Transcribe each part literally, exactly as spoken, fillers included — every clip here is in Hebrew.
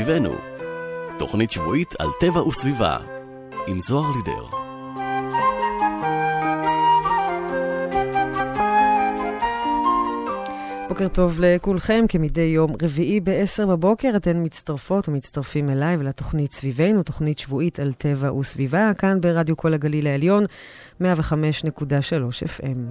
סביבנו. תוכנית שבועית על טבע וסביבה, עם זוהר לידר. בוקר טוב לכולכם, כמדי יום רביעי בעשר בבוקר, אתן מצטרפות ומצטרפים אליי ולתוכנית סביבנו, תוכנית שבועית על טבע וסביבה, כאן ברדיו כל הגליל העליון, מאה וחמש נקודה שלוש אף אם.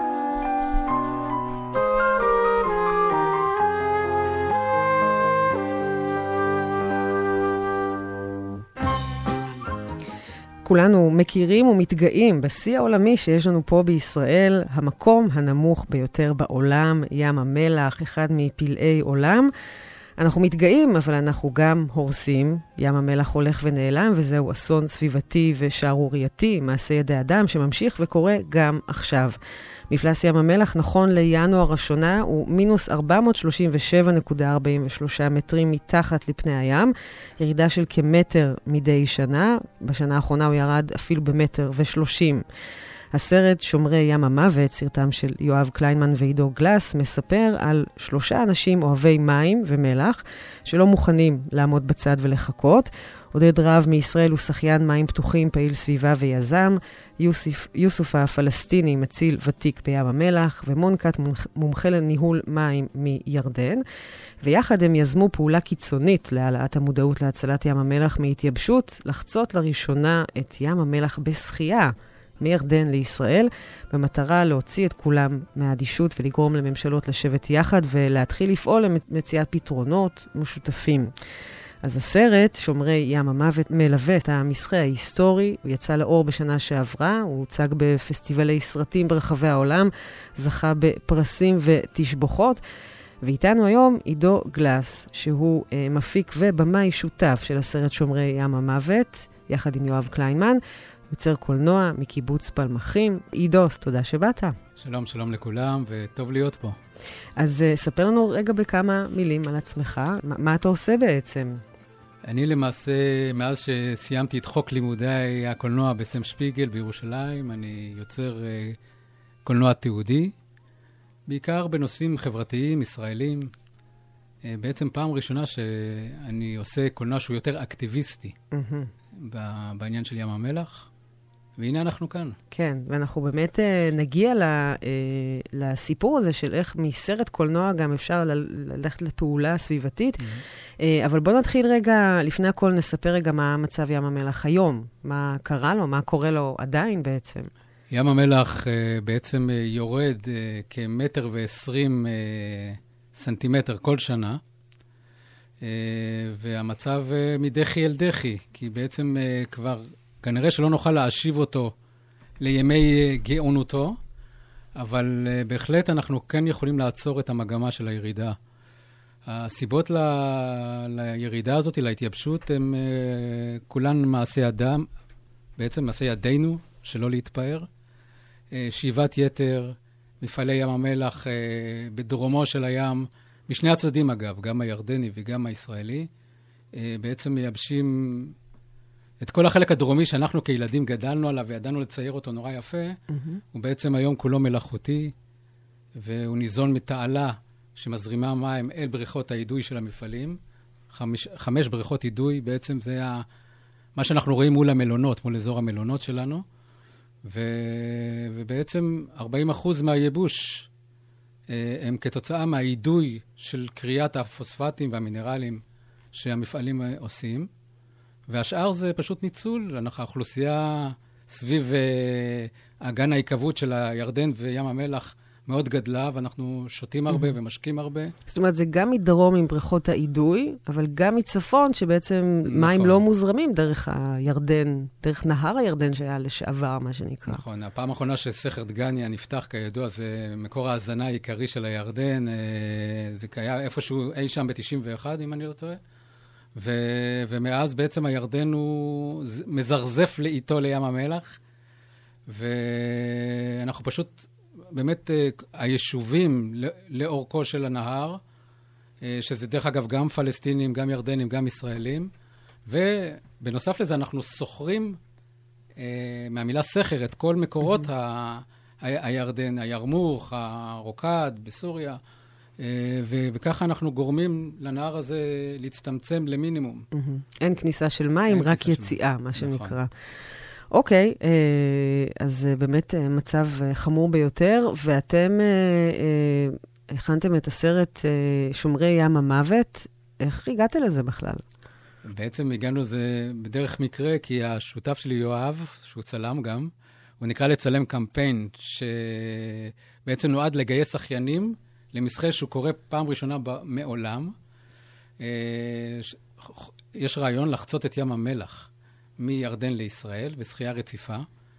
כולנו מכירים ומתגאים בשיא העולמי שיש לנו פה בישראל, המקום הנמוך ביותר בעולם, ים המלח, אחד מפלאי עולם. אנחנו מתגאים, אבל אנחנו גם הורסים. ים המלח הולך ונעלם, וזהו אסון סביבתי ושערורייתי, מעשה ידי אדם שממשיך וקורה גם עכשיו. מפלס ים המלח נכון לינואר השונה הוא מינוס ארבע מאות שלושים ושבע נקודה ארבעים ושלושה מטרים מתחת לפני הים, ירידה של כמטר מדי שנה, בשנה האחרונה הוא ירד אפילו במטר ושלושים. הסרט שומרי ים המוות, סרטם של יואב קליינמן ועידו גלס, מספר על שלושה אנשים אוהבי מים ומלח שלא מוכנים לעמוד בצד ולחכות. עודד רב מישראל הוא שחיין מים פתוחים, פעיל סביבה ויזם, יוסף, יוסוף הפלסטיני מציל ותיק בים המלח, ומונקת מומחה לניהול מים מירדן. ויחד הם יזמו פעולה קיצונית להעלאת המודעות להצלת ים המלח מהתייבשות, לחצות לראשונה את ים המלח בשחייה מירדן לישראל, במטרה להוציא את כולם מהאדישות ולגרום לממשלות לשבת יחד ולהתחיל לפעול למציאת פתרונות משותפים. אז הסרט, שומרי ים המוות, מלווה את המשחק ההיסטורי, הוא יצא לאור בשנה שעברה, הוא הוצג בפסטיבלי סרטים ברחבי העולם, זכה בפרסים ותשבוכות, ואיתנו היום עידו גלס, שהוא אה, מפיק ובמאי שותף של הסרט שומרי ים המוות, יחד עם יואב קליינמן, יוצר קולנוע מקיבוץ פלמחים. עידו, תודה שבאת. שלום, שלום לכולם, וטוב להיות פה. אז uh, ספר לנו רגע בכמה מילים על עצמך, מה, מה אתה עושה בעצם? אני למעשה, מאז שסיימתי את חוק לימודי הקולנוע בסם שפיגל בירושלים, אני יוצר uh, קולנוע תיעודי, בעיקר בנושאים חברתיים, ישראלים. Uh, בעצם פעם ראשונה שאני עושה קולנוע שהוא יותר אקטיביסטי mm-hmm. בעניין של ים המלח. והנה אנחנו כאן. כן, ואנחנו באמת uh, נגיע ל, uh, לסיפור הזה של איך מסרט קולנוע גם אפשר ל- ללכת לפעולה סביבתית. Mm-hmm. Uh, אבל בואו נתחיל רגע, לפני הכל נספר רגע מה מצב ים המלח היום. מה קרה לו, מה קורה לו עדיין בעצם. ים המלח uh, בעצם uh, יורד uh, כמטר ועשרים uh, סנטימטר כל שנה. Uh, והמצב uh, מדחי אל דחי, כי בעצם uh, כבר... כנראה שלא נוכל להשיב אותו לימי גאונותו, אבל uh, בהחלט אנחנו כן יכולים לעצור את המגמה של הירידה. הסיבות ל... לירידה הזאת, להתייבשות, הם uh, כולן מעשי אדם, בעצם מעשי ידינו, שלא להתפאר. Uh, שאיבת יתר, מפעלי ים המלח uh, בדרומו של הים, משני הצדדים אגב, גם הירדני וגם הישראלי, uh, בעצם מייבשים... את כל החלק הדרומי שאנחנו כילדים גדלנו עליו וידענו לצייר אותו נורא יפה, mm-hmm. הוא בעצם היום כולו מלאכותי, והוא ניזון מתעלה שמזרימה מים אל בריכות האידוי של המפעלים. חמש, חמש בריכות אידוי, בעצם זה ה, מה שאנחנו רואים מול המלונות, מול אזור המלונות שלנו, ו, ובעצם ארבעים אחוז מהייבוש הם כתוצאה מהאידוי של קריאת הפוספטים והמינרלים שהמפעלים עושים, והשאר זה פשוט ניצול. האוכלוסייה סביב uh, אגן העיקבות של הירדן וים המלח מאוד גדלה, ואנחנו שותים הרבה mm-hmm. ומשקים הרבה. זאת אומרת, זה גם מדרום עם בריכות האידוי, אבל גם מצפון, שבעצם נכון. מים לא מוזרמים דרך הירדן, דרך נהר הירדן שהיה לשעבר, מה שנקרא. נכון. הפעם האחרונה שסכר דגניה נפתח, כידוע, זה מקור ההזנה העיקרי של הירדן. זה היה איפשהו אי שם ב-תשעים ואחת, אם אני לא טועה. ו- ומאז בעצם הירדן הוא מזרזף לאיתו לים המלח, ואנחנו פשוט, באמת, היישובים לאורכו של הנהר, שזה דרך אגב גם פלסטינים, גם ירדנים, גם ישראלים, ובנוסף לזה אנחנו סוחרים מהמילה סחר את כל מקורות ה- הירדן, הירמוך, הרוקד בסוריה, וככה אנחנו גורמים לנהר הזה להצטמצם למינימום. אין כניסה של מים, רק יציאה, מה שנקרא. אוקיי, אז באמת מצב חמור ביותר, ואתם הכנתם את הסרט שומרי ים המוות. איך הגעת לזה בכלל? בעצם הגענו לזה בדרך מקרה, כי השותף שלי יואב, שהוא צלם גם, הוא נקרא לצלם קמפיין, שבעצם נועד לגייס שחיינים, למסחה שהוא קורא פעם ראשונה מעולם. יש רעיון לחצות את ים המלח מירדן לישראל, בשחייה רציפה,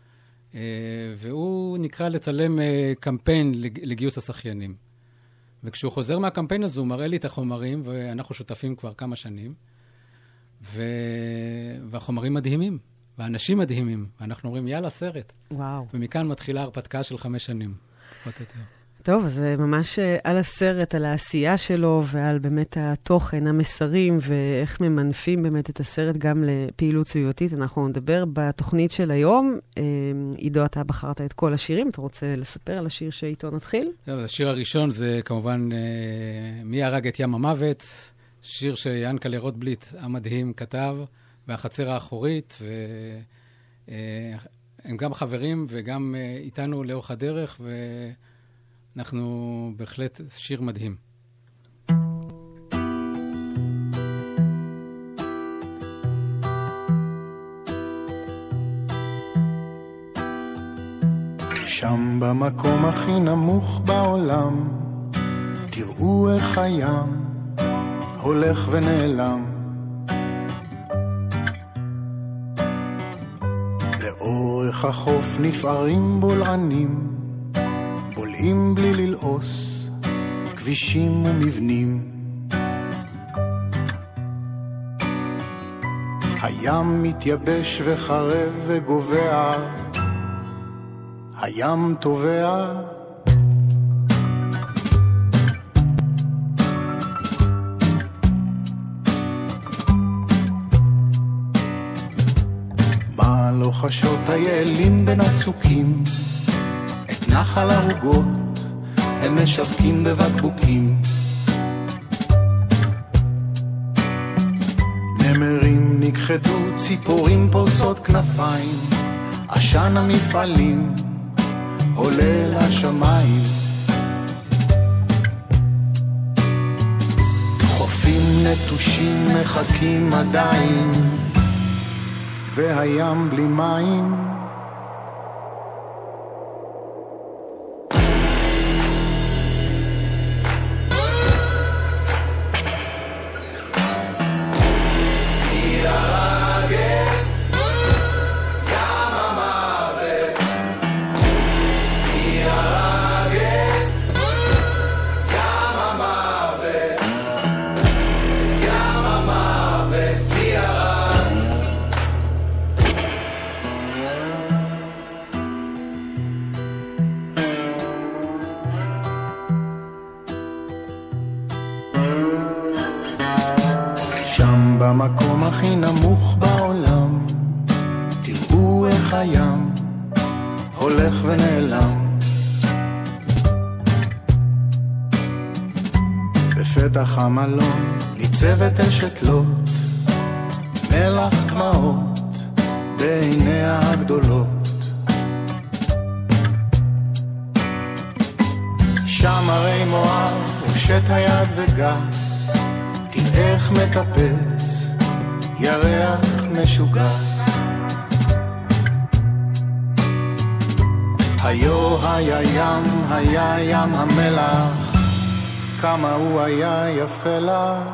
והוא נקרא לצלם קמפיין לגיוס השחיינים. וכשהוא חוזר מהקמפיין הזה, הוא מראה לי את החומרים, ואנחנו שותפים כבר כמה שנים, ו... והחומרים מדהימים, והאנשים מדהימים, ואנחנו אומרים, יאללה, סרט. וואו. ומכאן מתחילה הרפתקה של חמש שנים. טוב, אז ממש על הסרט, על העשייה שלו, ועל באמת התוכן, המסרים, ואיך ממנפים באמת את הסרט גם לפעילות סביבתית. אנחנו נדבר בתוכנית של היום. עידו, אתה בחרת את כל השירים. אתה רוצה לספר על השיר שאיתו נתחיל? השיר הראשון זה כמובן מי הרג את ים המוות, שיר שיענקל'ה רוטבליט המדהים כתב, והחצר האחורית, והם גם חברים וגם איתנו לאורך הדרך, ו... אנחנו בהחלט שיר מדהים. שם במקום הכי נמוך בעולם, תראו איך הים הולך ונעלם. לאורך החוף נפערים בולענים, בולעים בלי ללעוס, כבישים ומבנים. הים מתייבש וחרב וגובע, הים טובע. מה לא חשות היעלים בין הצוקים, נחל הרוגות הם משווקים בבקבוקים. נמרים נכחדו, ציפורים פורסות כנפיים, עשן המפעלים עולה לשמיים. חופים נטושים מחכים עדיין, והים בלי מים. במקום הכי נמוך בעולם, תראו איך הים הולך ונעלם. בפתח המלון ניצבת אשת לוט, מלח דמעות בעיניה הגדולות. שם הרי מואב הושט היד וגף, תראה איך מטפס ירח משוגע. היו היה ים, היה ים המלח, כמה הוא היה יפה לך.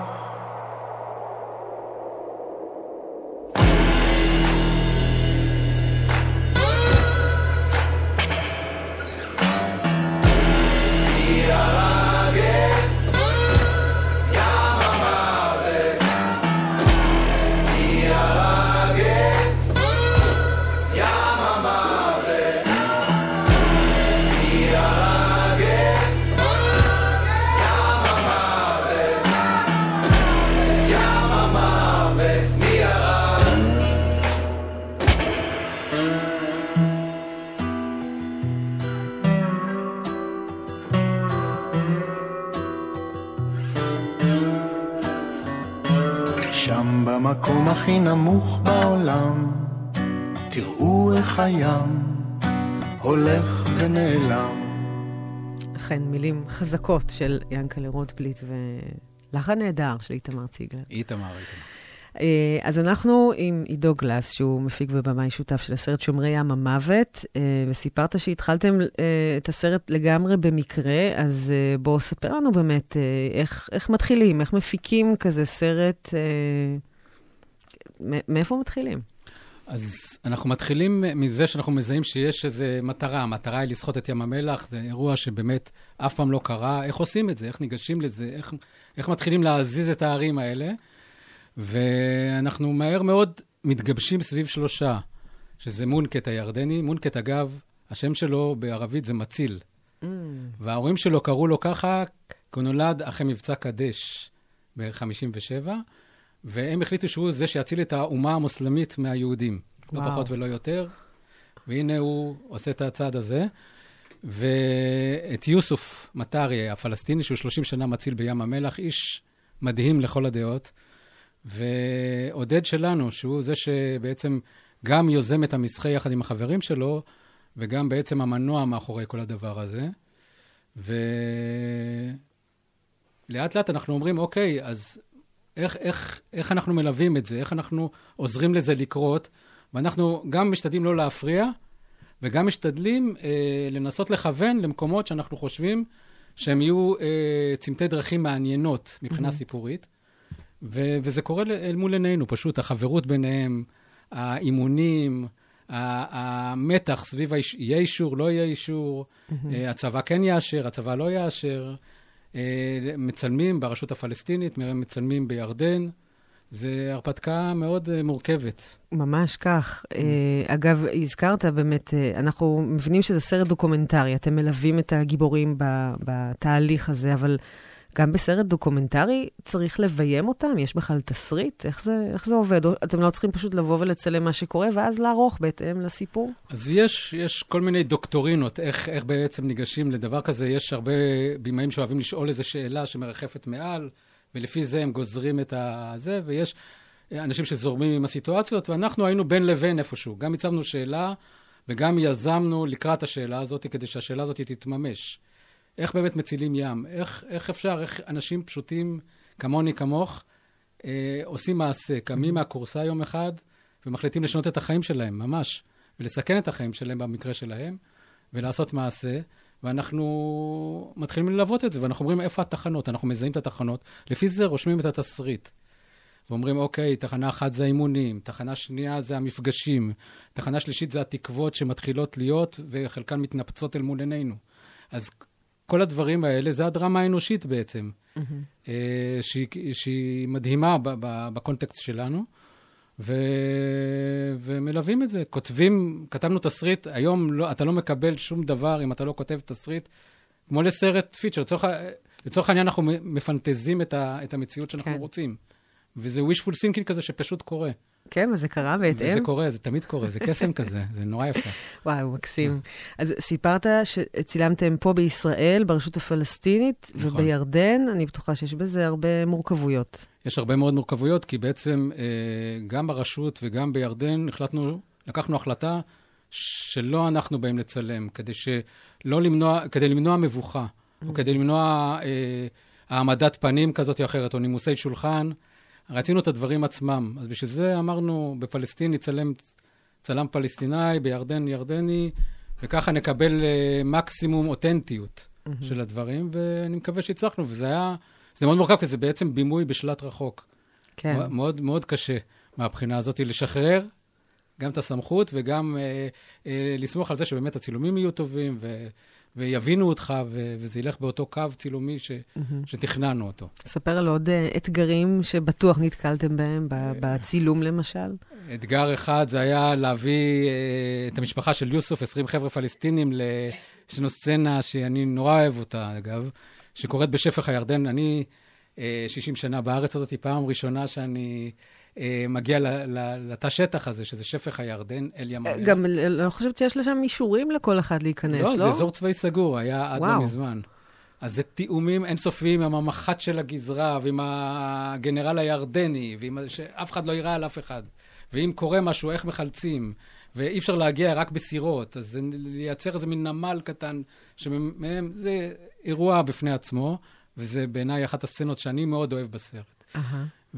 במקום הכי נמוך בעולם, תראו איך הים הולך ונעלם. אכן, מילים חזקות של ינקלה רוטבליט ולחן נהדר של איתמר ציגלר. איתמר, איתמר. אז אנחנו עם עידו גלס, שהוא מפיק ובמאי שותף של הסרט שומרי ים המוות, וסיפרת שהתחלתם את הסרט לגמרי במקרה, אז בואו ספר לנו באמת איך, איך מתחילים, איך מפיקים כזה סרט, מאיפה מתחילים? אז אנחנו מתחילים מזה שאנחנו מזהים שיש איזו מטרה. המטרה היא לשחות את ים המלח, זה אירוע שבאמת אף פעם לא קרה. איך עושים את זה? איך ניגשים לזה? איך, איך מתחילים להזיז את הערים האלה? ואנחנו מהר מאוד מתגבשים סביב שלושה, שזה מונקט הירדני. מונקט, אגב, השם שלו בערבית זה מציל. Mm. וההורים שלו קראו לו ככה, כי הוא נולד אחרי מבצע קדש ב-חמישים ושבע, והם החליטו שהוא זה שיציל את האומה המוסלמית מהיהודים. וואו. לא פחות ולא יותר. והנה הוא עושה את הצעד הזה. ואת יוסוף מטרי, הפלסטיני, שהוא שלושים שנה מציל בים המלח, איש מדהים לכל הדעות. ועודד שלנו, שהוא זה שבעצם גם יוזם את המסחי יחד עם החברים שלו, וגם בעצם המנוע מאחורי כל הדבר הזה. ולאט לאט אנחנו אומרים, אוקיי, אז איך, איך, איך אנחנו מלווים את זה? איך אנחנו עוזרים לזה לקרות? ואנחנו גם משתדלים לא להפריע, וגם משתדלים אה, לנסות לכוון למקומות שאנחנו חושבים שהם יהיו אה, צמתי דרכים מעניינות מבחינה mm-hmm. סיפורית. ו- וזה קורה אל מול עינינו, פשוט החברות ביניהם, האימונים, המתח סביב היש- יהיה אישור, לא יהיה אישור, mm-hmm. הצבא כן יאשר, הצבא לא יאשר, מצלמים ברשות הפלסטינית, מצלמים בירדן, זה הרפתקה מאוד מורכבת. ממש כך. אגב, הזכרת באמת, אנחנו מבינים שזה סרט דוקומנטרי, אתם מלווים את הגיבורים בתהליך הזה, אבל גם בסרט דוקומנטרי צריך לביים אותם? יש בכלל תסריט? איך זה, איך זה עובד? אתם לא צריכים פשוט לבוא ולצלם מה שקורה, ואז לערוך בהתאם לסיפור? אז יש, יש כל מיני דוקטורינות, איך, איך בעצם ניגשים לדבר כזה. יש הרבה בימאים שאוהבים לשאול איזו שאלה שמרחפת מעל, ולפי זה הם גוזרים את זה, ויש אנשים שזורמים עם הסיטואציות, ואנחנו היינו בין לבין איפשהו. גם הצבנו שאלה, וגם יזמנו לקראת השאלה הזאת, כדי שהשאלה הזאת תתממש. איך באמת מצילים ים? איך, איך אפשר, איך אנשים פשוטים כמוני, כמוך, אה, עושים מעשה, קמים מהקורסה יום אחד, ומחליטים לשנות את החיים שלהם, ממש, ולסכן את החיים שלהם במקרה שלהם, ולעשות מעשה, ואנחנו מתחילים ללוות את זה, ואנחנו אומרים איפה התחנות, אנחנו מזהים את התחנות, לפי זה רושמים את התסריט. ואומרים, אוקיי, תחנה אחת זה האימונים, תחנה שנייה זה המפגשים, תחנה שלישית זה התקוות שמתחילות להיות, וחלקן מתנפצות אל מול עינינו. אז כל הדברים האלה, זה הדרמה האנושית בעצם, mm-hmm. אה, שהיא, שהיא מדהימה ב- ב- בקונטקסט שלנו, ו... ומלווים את זה. כותבים, כתבנו תסריט, היום לא, אתה לא מקבל שום דבר אם אתה לא כותב תסריט, כמו לסרט פיצ'ר. לצורך, לצורך העניין אנחנו מפנטזים את, ה, את המציאות שאנחנו כן. רוצים. וזה wishful thinking כזה שפשוט קורה. כן, וזה קרה בהתאם. וזה קורה, זה תמיד קורה, זה קסם כזה, זה נורא יפה. וואו, מקסים. אז סיפרת שצילמתם פה בישראל, ברשות הפלסטינית, נכון. ובירדן, אני בטוחה שיש בזה הרבה מורכבויות. יש הרבה מאוד מורכבויות, כי בעצם גם ברשות וגם בירדן החלטנו, לקחנו החלטה שלא אנחנו באים לצלם, כדי שלא למנוע, כדי למנוע מבוכה, או כדי למנוע העמדת פנים כזאת או אחרת, או נימוסי שולחן, רצינו את הדברים עצמם. אז בשביל זה אמרנו, בפלסטין נצלם צלם פלסטיני, בירדן ירדני, וככה נקבל uh, מקסימום אותנטיות mm-hmm. של הדברים, ואני מקווה שהצלחנו, וזה היה, זה מאוד מורכב, כי זה בעצם בימוי בשלט רחוק. כן. מאוד, מאוד קשה מהבחינה הזאת, לשחרר גם את הסמכות, וגם uh, uh, לסמוך על זה שבאמת הצילומים יהיו טובים, ו... ויבינו אותך, ו- וזה ילך באותו קו צילומי ש- mm-hmm. שתכננו אותו. ספר על עוד uh, אתגרים שבטוח נתקלתם בהם, ב- בצילום למשל. אתגר אחד זה היה להביא uh, את המשפחה של יוסוף, עשרים חבר'ה פלסטינים, יש לנו סצנה שאני נורא אוהב אותה, אגב, שקורית בשפך הירדן. אני uh, שישים שנה בארץ הזאת, פעם ראשונה שאני... מגיע לתא שטח הזה, שזה שפך הירדן, אל ים המלח. גם לא חושבת שיש לשם אישורים לכל אחד להיכנס, לא? לא, זה אזור צבאי סגור, היה עד לא מזמן. אז זה תיאומים אינסופיים עם המח"ט של הגזרה, ועם הגנרל הירדני, ועם שאף אחד לא יראה על אף אחד. ואם קורה משהו, איך מחלצים, ואי אפשר להגיע רק בסירות, אז זה לייצר איזה מין נמל קטן, שמהם זה אירוע בפני עצמו, וזה בעיניי אחת הסצנות שאני מאוד אוהב בסרט. Uh-huh.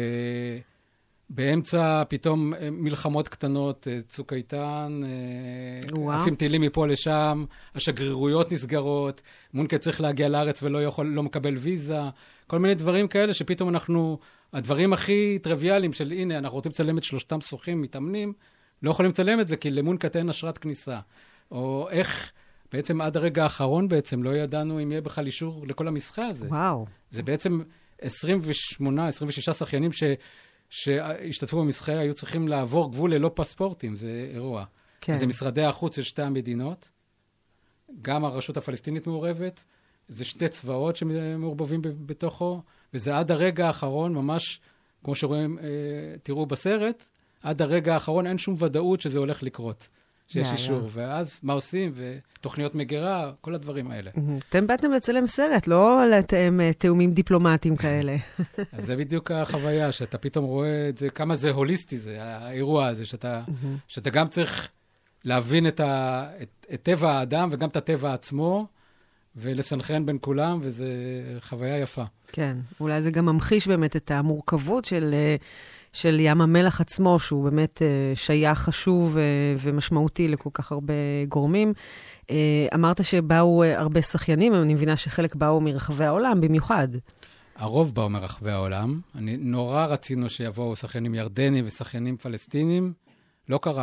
ובאמצע פתאום מלחמות קטנות, צוק איתן, עפים טילים מפה לשם, השגרירויות נסגרות, מונקה צריך להגיע לארץ ולא יכול, לא מקבל ויזה, כל מיני דברים כאלה שפתאום אנחנו, הדברים הכי טריוויאליים של הנה, אנחנו רוצים לצלם את שלושתם שוחים, מתאמנים, לא יכולים לצלם את זה, כי למונקה אין אשרת כניסה. או איך, בעצם עד הרגע האחרון בעצם, לא ידענו אם יהיה בכלל אישור לכל המשחה הזה. וואו. זה בעצם עשרים ושמונה, עשרים ושישה שחיינים ש, שהשתתפו במשחה, היו צריכים לעבור גבול ללא פספורטים, זה אירוע. כן. זה משרדי החוץ של שתי המדינות, גם הרשות הפלסטינית מעורבת, זה שתי צבאות שמעורבבים בתוכו, וזה עד הרגע האחרון, ממש, כמו שרואים, תראו בסרט, עד הרגע האחרון אין שום ודאות שזה הולך לקרות, שיש אישור. ואז מה עושים? ותוכניות מגירה, כל הדברים האלה. אתם באתם לצלם סרט, לא לתאם תאומים דיפלומטיים כאלה. אז זה בדיוק החוויה, שאתה פתאום רואה את זה, כמה זה הוליסטי זה, האירוע הזה, שאתה גם צריך להבין את טבע האדם וגם את הטבע עצמו, ולסנכרן בין כולם, וזו חוויה יפה. כן, אולי זה גם ממחיש באמת את המורכבות של... של ים המלח עצמו, שהוא באמת שייך חשוב ומשמעותי לכל כך הרבה גורמים. אמרת שבאו הרבה שחיינים, אני מבינה שחלק באו מרחבי העולם במיוחד. הרוב באו מרחבי העולם. אני נורא רצינו שיבואו שחיינים ירדנים ושחיינים פלסטינים. לא קרה.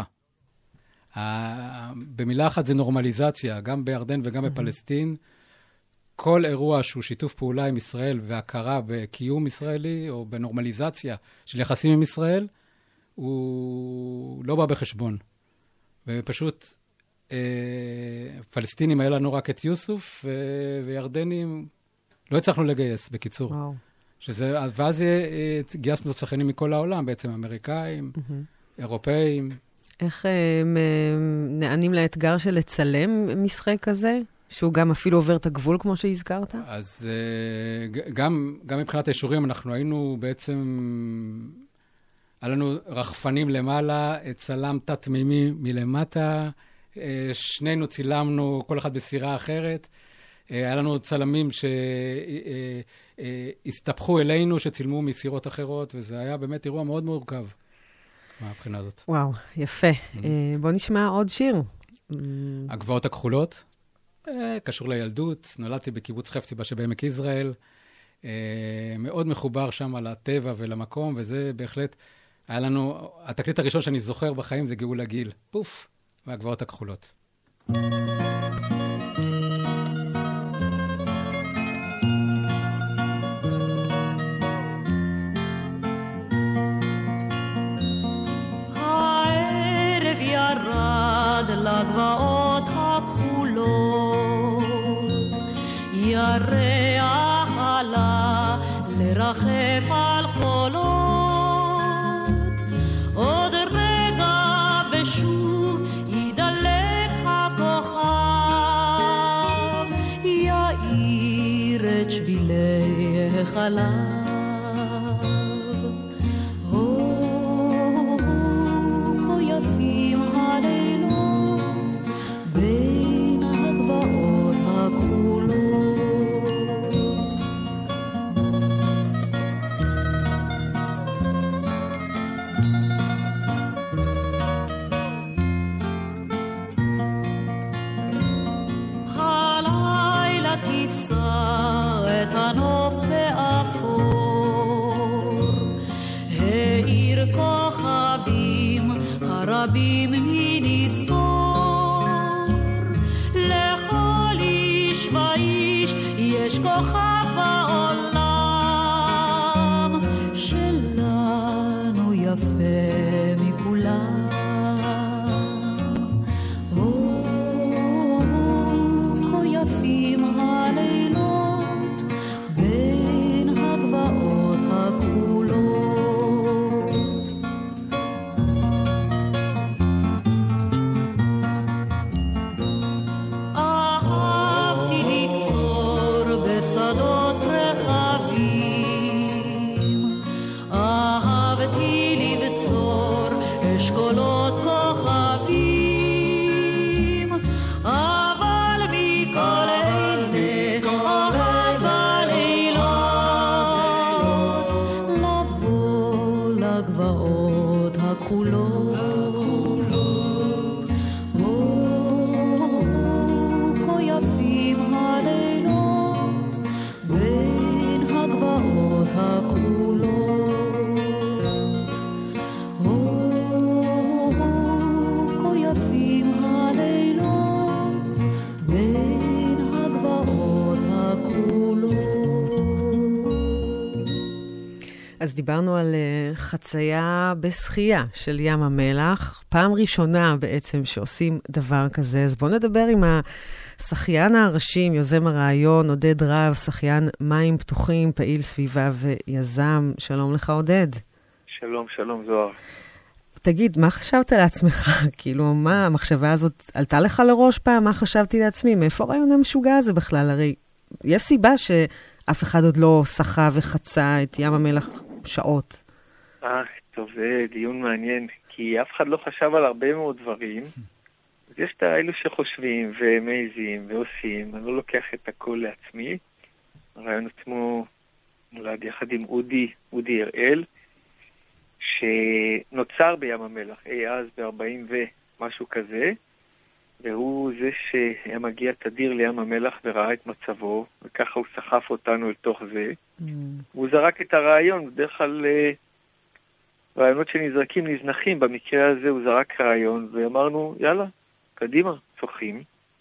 במילה אחת זה נורמליזציה, גם בירדן וגם בפלסטין. כל אירוע שהוא שיתוף פעולה עם ישראל והכרה בקיום ישראלי או בנורמליזציה של יחסים עם ישראל, הוא לא בא בחשבון. ופשוט אה, פלסטינים היה לנו רק את יוסוף, ו... וירדנים לא הצלחנו לגייס, בקיצור. וואו. שזה, ואז אה, גייסנו שחיינים מכל העולם, בעצם אמריקאים, mm-hmm. אירופאים. איך אה, נענים לאתגר של לצלם משחק כזה? שהוא גם אפילו עובר את הגבול, כמו שהזכרת? אז גם, גם מבחינת האישורים, אנחנו היינו בעצם, היה לנו רחפנים למעלה, צלם תת-מימי מלמטה, שנינו צילמנו, כל אחד בסירה אחרת, היה לנו צלמים שהסתפחו אלינו, שצילמו מסירות אחרות, וזה היה באמת אירוע מאוד מורכב, מהבחינה הזאת. וואו, יפה. בוא נשמע עוד שיר. הגבעות הכחולות. קשור לילדות, נולדתי בקיבוץ חפציבה שבעמק יזרעאל, מאוד מחובר שם על הטבע ולמקום, וזה בהחלט, היה לנו, התקליט הראשון שאני זוכר בחיים זה גאולה גיל, פוף, והגבעות הכחולות. הערב ירד לגבעות הכחולות, ירח עלה לרחף על חולות, עוד רגע ושוב ידלק הכוכב, יאיר את שבילי החלב. הו, כה יפים הלילות בין הגבעות הכחולות. הלילה כיסה את הנוף באפור, דיברנו על uh, חצייה בשחייה של ים המלח. פעם ראשונה בעצם שעושים דבר כזה. אז בואו נדבר עם השחיין הראשי, יוזם הרעיון, עודד רב, שחיין מים פתוחים, פעיל סביבה ויזם. שלום לך, עודד. שלום, שלום, זוהר. תגיד, מה חשבת לעצמך? כאילו, מה המחשבה הזאת עלתה לך לראש פעם? מה חשבתי לעצמי? מאיפה הרעיון המשוגע הזה בכלל? הרי יש סיבה שאף אחד עוד לא שחה וחצה את ים המלח שעות. אה, טוב, זה דיון מעניין, כי אף אחד לא חשב על הרבה מאוד דברים. אז יש את האלו שחושבים ומעיזים ועושים. אני לא לוקח את הכל לעצמי. הרעיון עצמו נולד יחד עם אודי, אודי הראל, שנוצר בים המלח, אי אז ב-ארבעים ומשהו כזה, והוא זה שהיה מגיע תדיר לים המלח וראה את מצבו, וככה הוא סחף אותנו לתוך זה. Mm. הוא זרק את הרעיון, בדרך כלל רעיונות שנזרקים נזנחים, במקרה הזה הוא זרק רעיון, ואמרנו, יאללה, קדימה, צוחים.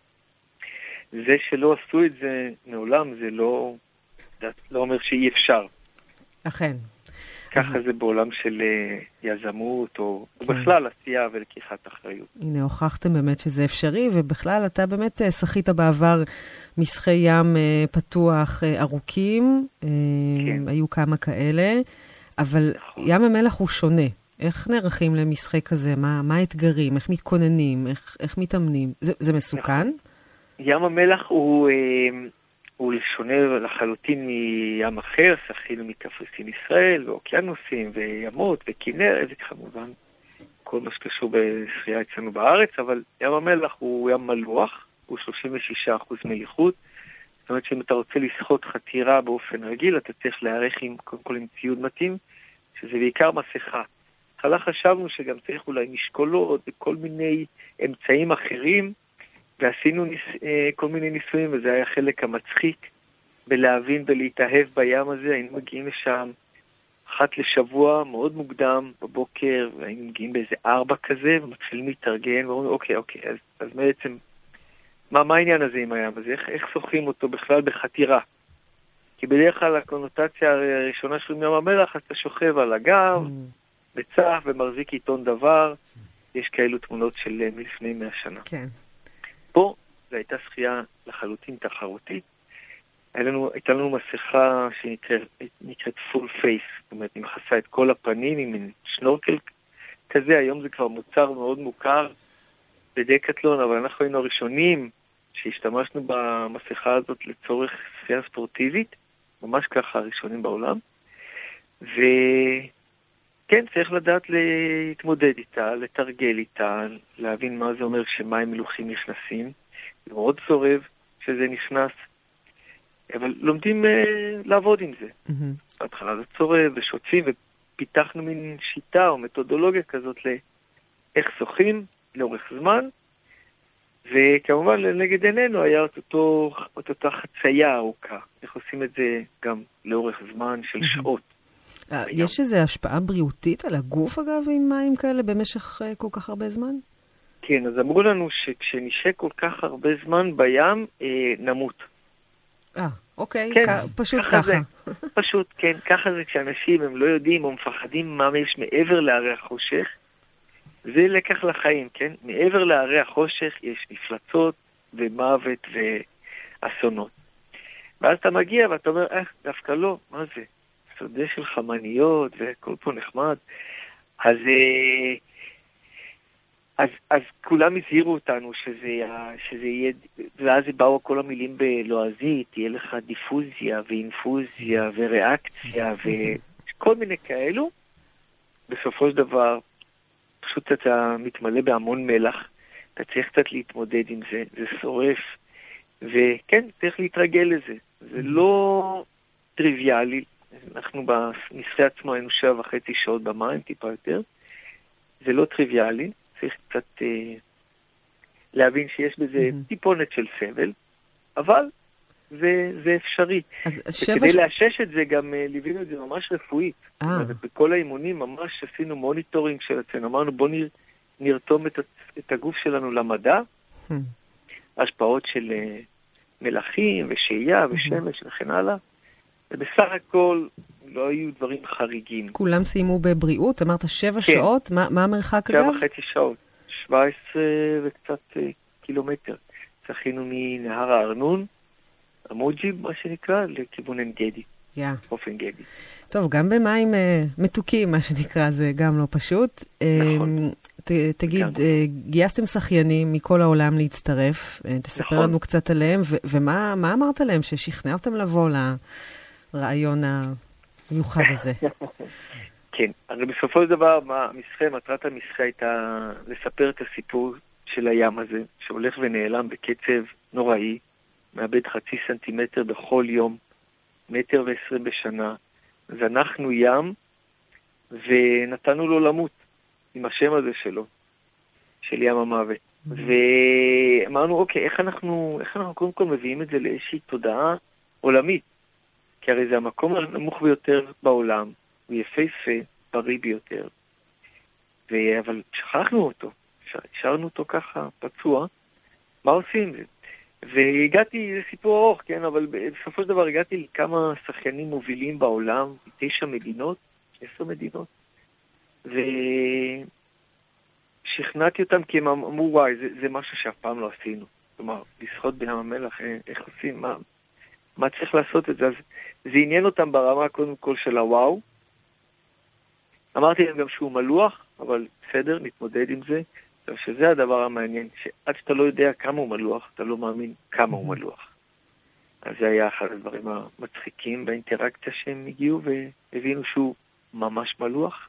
זה שלא עשו את זה מעולם, זה לא, לא אומר שאי אפשר. אכן. ככה זה בעולם של יזמות, או בכלל עשייה ולקיחת אחריות. הנה, הוכחתם באמת שזה אפשרי, ובכלל אתה באמת שחית בעבר משחי ים פתוח ארוכים, היו כמה כאלה, אבל ים המלח הוא שונה. איך נערכים למשחי כזה? מה האתגרים? איך מתכוננים? איך מתאמנים? זה מסוכן? ים המלח הוא... הוא שונה לחלוטין מים אחר, שחינו מקפריסין ישראל, ואוקיינוסים, וימות, וכנרת, וכמובן כל מה שקשור בשחייה אצלנו בארץ, אבל ים המלח הוא ים מלוח, הוא שלושים ושישה אחוז מליחות, זאת אומרת שאם אתה רוצה לשחות חתירה באופן רגיל, אתה צריך להיערך עם, קודם כל עם ציוד מתאים, שזה בעיקר מסכה. התחלה חשבנו שגם צריך אולי משקולות וכל מיני אמצעים אחרים, ועשינו ניס, כל מיני ניסויים, וזה היה חלק המצחיק בלהבין ולהתאהב בים הזה. היינו מגיעים לשם אחת לשבוע, מאוד מוקדם, בבוקר, והיינו מגיעים באיזה ארבע כזה, ומתחילים להתארגן, ואומרים, אוקיי, אוקיי, אז, אז בעצם, מה, מה העניין הזה עם הים הזה? איך, איך שוחים אותו בכלל בחתירה? כי בדרך כלל הקונוטציה הראשונה של ים המלח, אתה שוכב על הגב, בצף, ומחזיק עיתון דבר. יש כאלו תמונות של מלפני מאה שנה. כן. פה זו הייתה שחייה לחלוטין תחרותית. לנו, הייתה לנו מסכה שנקראת פול פייס, זאת אומרת, היא מכסה את כל הפנים עם שנורקל כזה. היום זה כבר מוצר מאוד מוכר בדקטלון, אבל אנחנו היינו הראשונים שהשתמשנו במסכה הזאת לצורך שחייה ספורטיבית, ממש ככה הראשונים בעולם. וכן, צריך לדעת להתמודד איתה, לתרגל איתה, להבין מה זה אומר שמים מלוחים נכנסים. זה מאוד צורב שזה נכנס, אבל לומדים uh, לעבוד עם זה. Mm-hmm. בהתחלה זה צורב ושוצים, ופיתחנו מין שיטה או מתודולוגיה כזאת לאיך שוחים לאורך זמן, וכמובן לנגד עינינו היה את אותו, את אותה חצייה ארוכה. איך עושים את זה גם לאורך זמן של mm-hmm. שעות. יש איזו השפעה בריאותית על הגוף, אגב, עם מים כאלה במשך כל כך הרבה זמן? כן, אז אמרו לנו שכשנשק כל כך הרבה זמן בים, אה, נמות. אה, אוקיי, כן, כ- פשוט ככה. ככה. זה, פשוט, כן, ככה זה כשאנשים הם לא יודעים או מפחדים מה יש מעבר להרי החושך. זה לקח לחיים, כן? מעבר להרי החושך יש מפלצות ומוות ואסונות. ואז אתה מגיע ואתה אומר, אה, דווקא לא, מה זה? שדה של חמניות וכל פה נחמד. אז, אז, אז כולם הזהירו אותנו שזה, שזה יהיה, ואז באו כל המילים בלועזית, תהיה לך דיפוזיה ואינפוזיה וריאקציה וכל מיני כאלו. בסופו של דבר, פשוט אתה מתמלא בהמון מלח, אתה צריך קצת להתמודד עם זה, זה שורף, וכן, צריך להתרגל לזה. זה לא טריוויאלי. אנחנו במשחי עצמו היינו שעה וחצי שעות במים, טיפה יותר. זה לא טריוויאלי, צריך קצת אה, להבין שיש בזה mm-hmm. טיפונת של סבל, אבל זה, זה אפשרי. וכדי ש... לאשש את זה גם אה, ליווינו את זה ממש רפואית. Ah. בכל האימונים ממש עשינו מוניטורינג של עצמנו. אמרנו בוא נר, נרתום את, את הגוף שלנו למדע, mm-hmm. השפעות של אה, מלחים ושהייה ושמש mm-hmm. וכן הלאה. ובסך הכל לא היו דברים חריגים. כולם סיימו בבריאות? אמרת שבע כן. שעות? מה, מה המרחק אגב? שבע וחצי שעות, שבע עשרה וקצת uh, קילומטר. צחינו מנהר הארנון, המוג'יב, מה שנקרא, לכיוון עין גדי. Yeah. אופן גדי. טוב, גם במים uh, מתוקים, מה שנקרא, זה גם לא פשוט. נכון. Uh, ת, תגיד, uh, גייסתם שחיינים מכל העולם להצטרף. Uh, תספר נכון. לנו קצת עליהם, ו- ומה מה אמרת להם ששכנע אותם לבוא לרעיון המיוחד הזה? כן, הרי בסופו של דבר, המסחה, מטרת המסחה הייתה לספר את הסיפור של הים הזה, שהולך ונעלם בקצב נוראי, מאבד חצי סנטימטר בכל יום, מטר ועשרים בשנה. זנחנו ים, ונתנו לו למות עם השם הזה שלו, של ים המוות. ואמרנו, אוקיי, איך אנחנו, איך אנחנו קודם כל מביאים את זה לאיזושהי תודעה עולמית? כי הרי זה המקום הנמוך ביותר בעולם, הוא יפהפה, בריא ביותר. ו... אבל שכחנו אותו, השארנו אותו ככה פצוע, מה עושים? והגעתי, זה סיפור ארוך, כן, אבל בסופו של דבר הגעתי לכמה שחיינים מובילים בעולם, תשע מדינות, עשר מדינות, ושכנעתי אותם כי הם אמרו, וואי, זה, זה משהו שאף פעם לא עשינו. כלומר, לשחות בים המלח, איך עושים, מה, מה צריך לעשות את זה? אז זה עניין אותם ברמה קודם כל של הוואו. אמרתי להם גם שהוא מלוח, אבל בסדר, נתמודד עם זה. שזה הדבר המעניין, שעד שאתה לא יודע כמה הוא מלוח, אתה לא מאמין כמה הוא מלוח. אז זה היה אחד הדברים המצחיקים באינטראקציה שהם הגיעו והבינו שהוא ממש מלוח.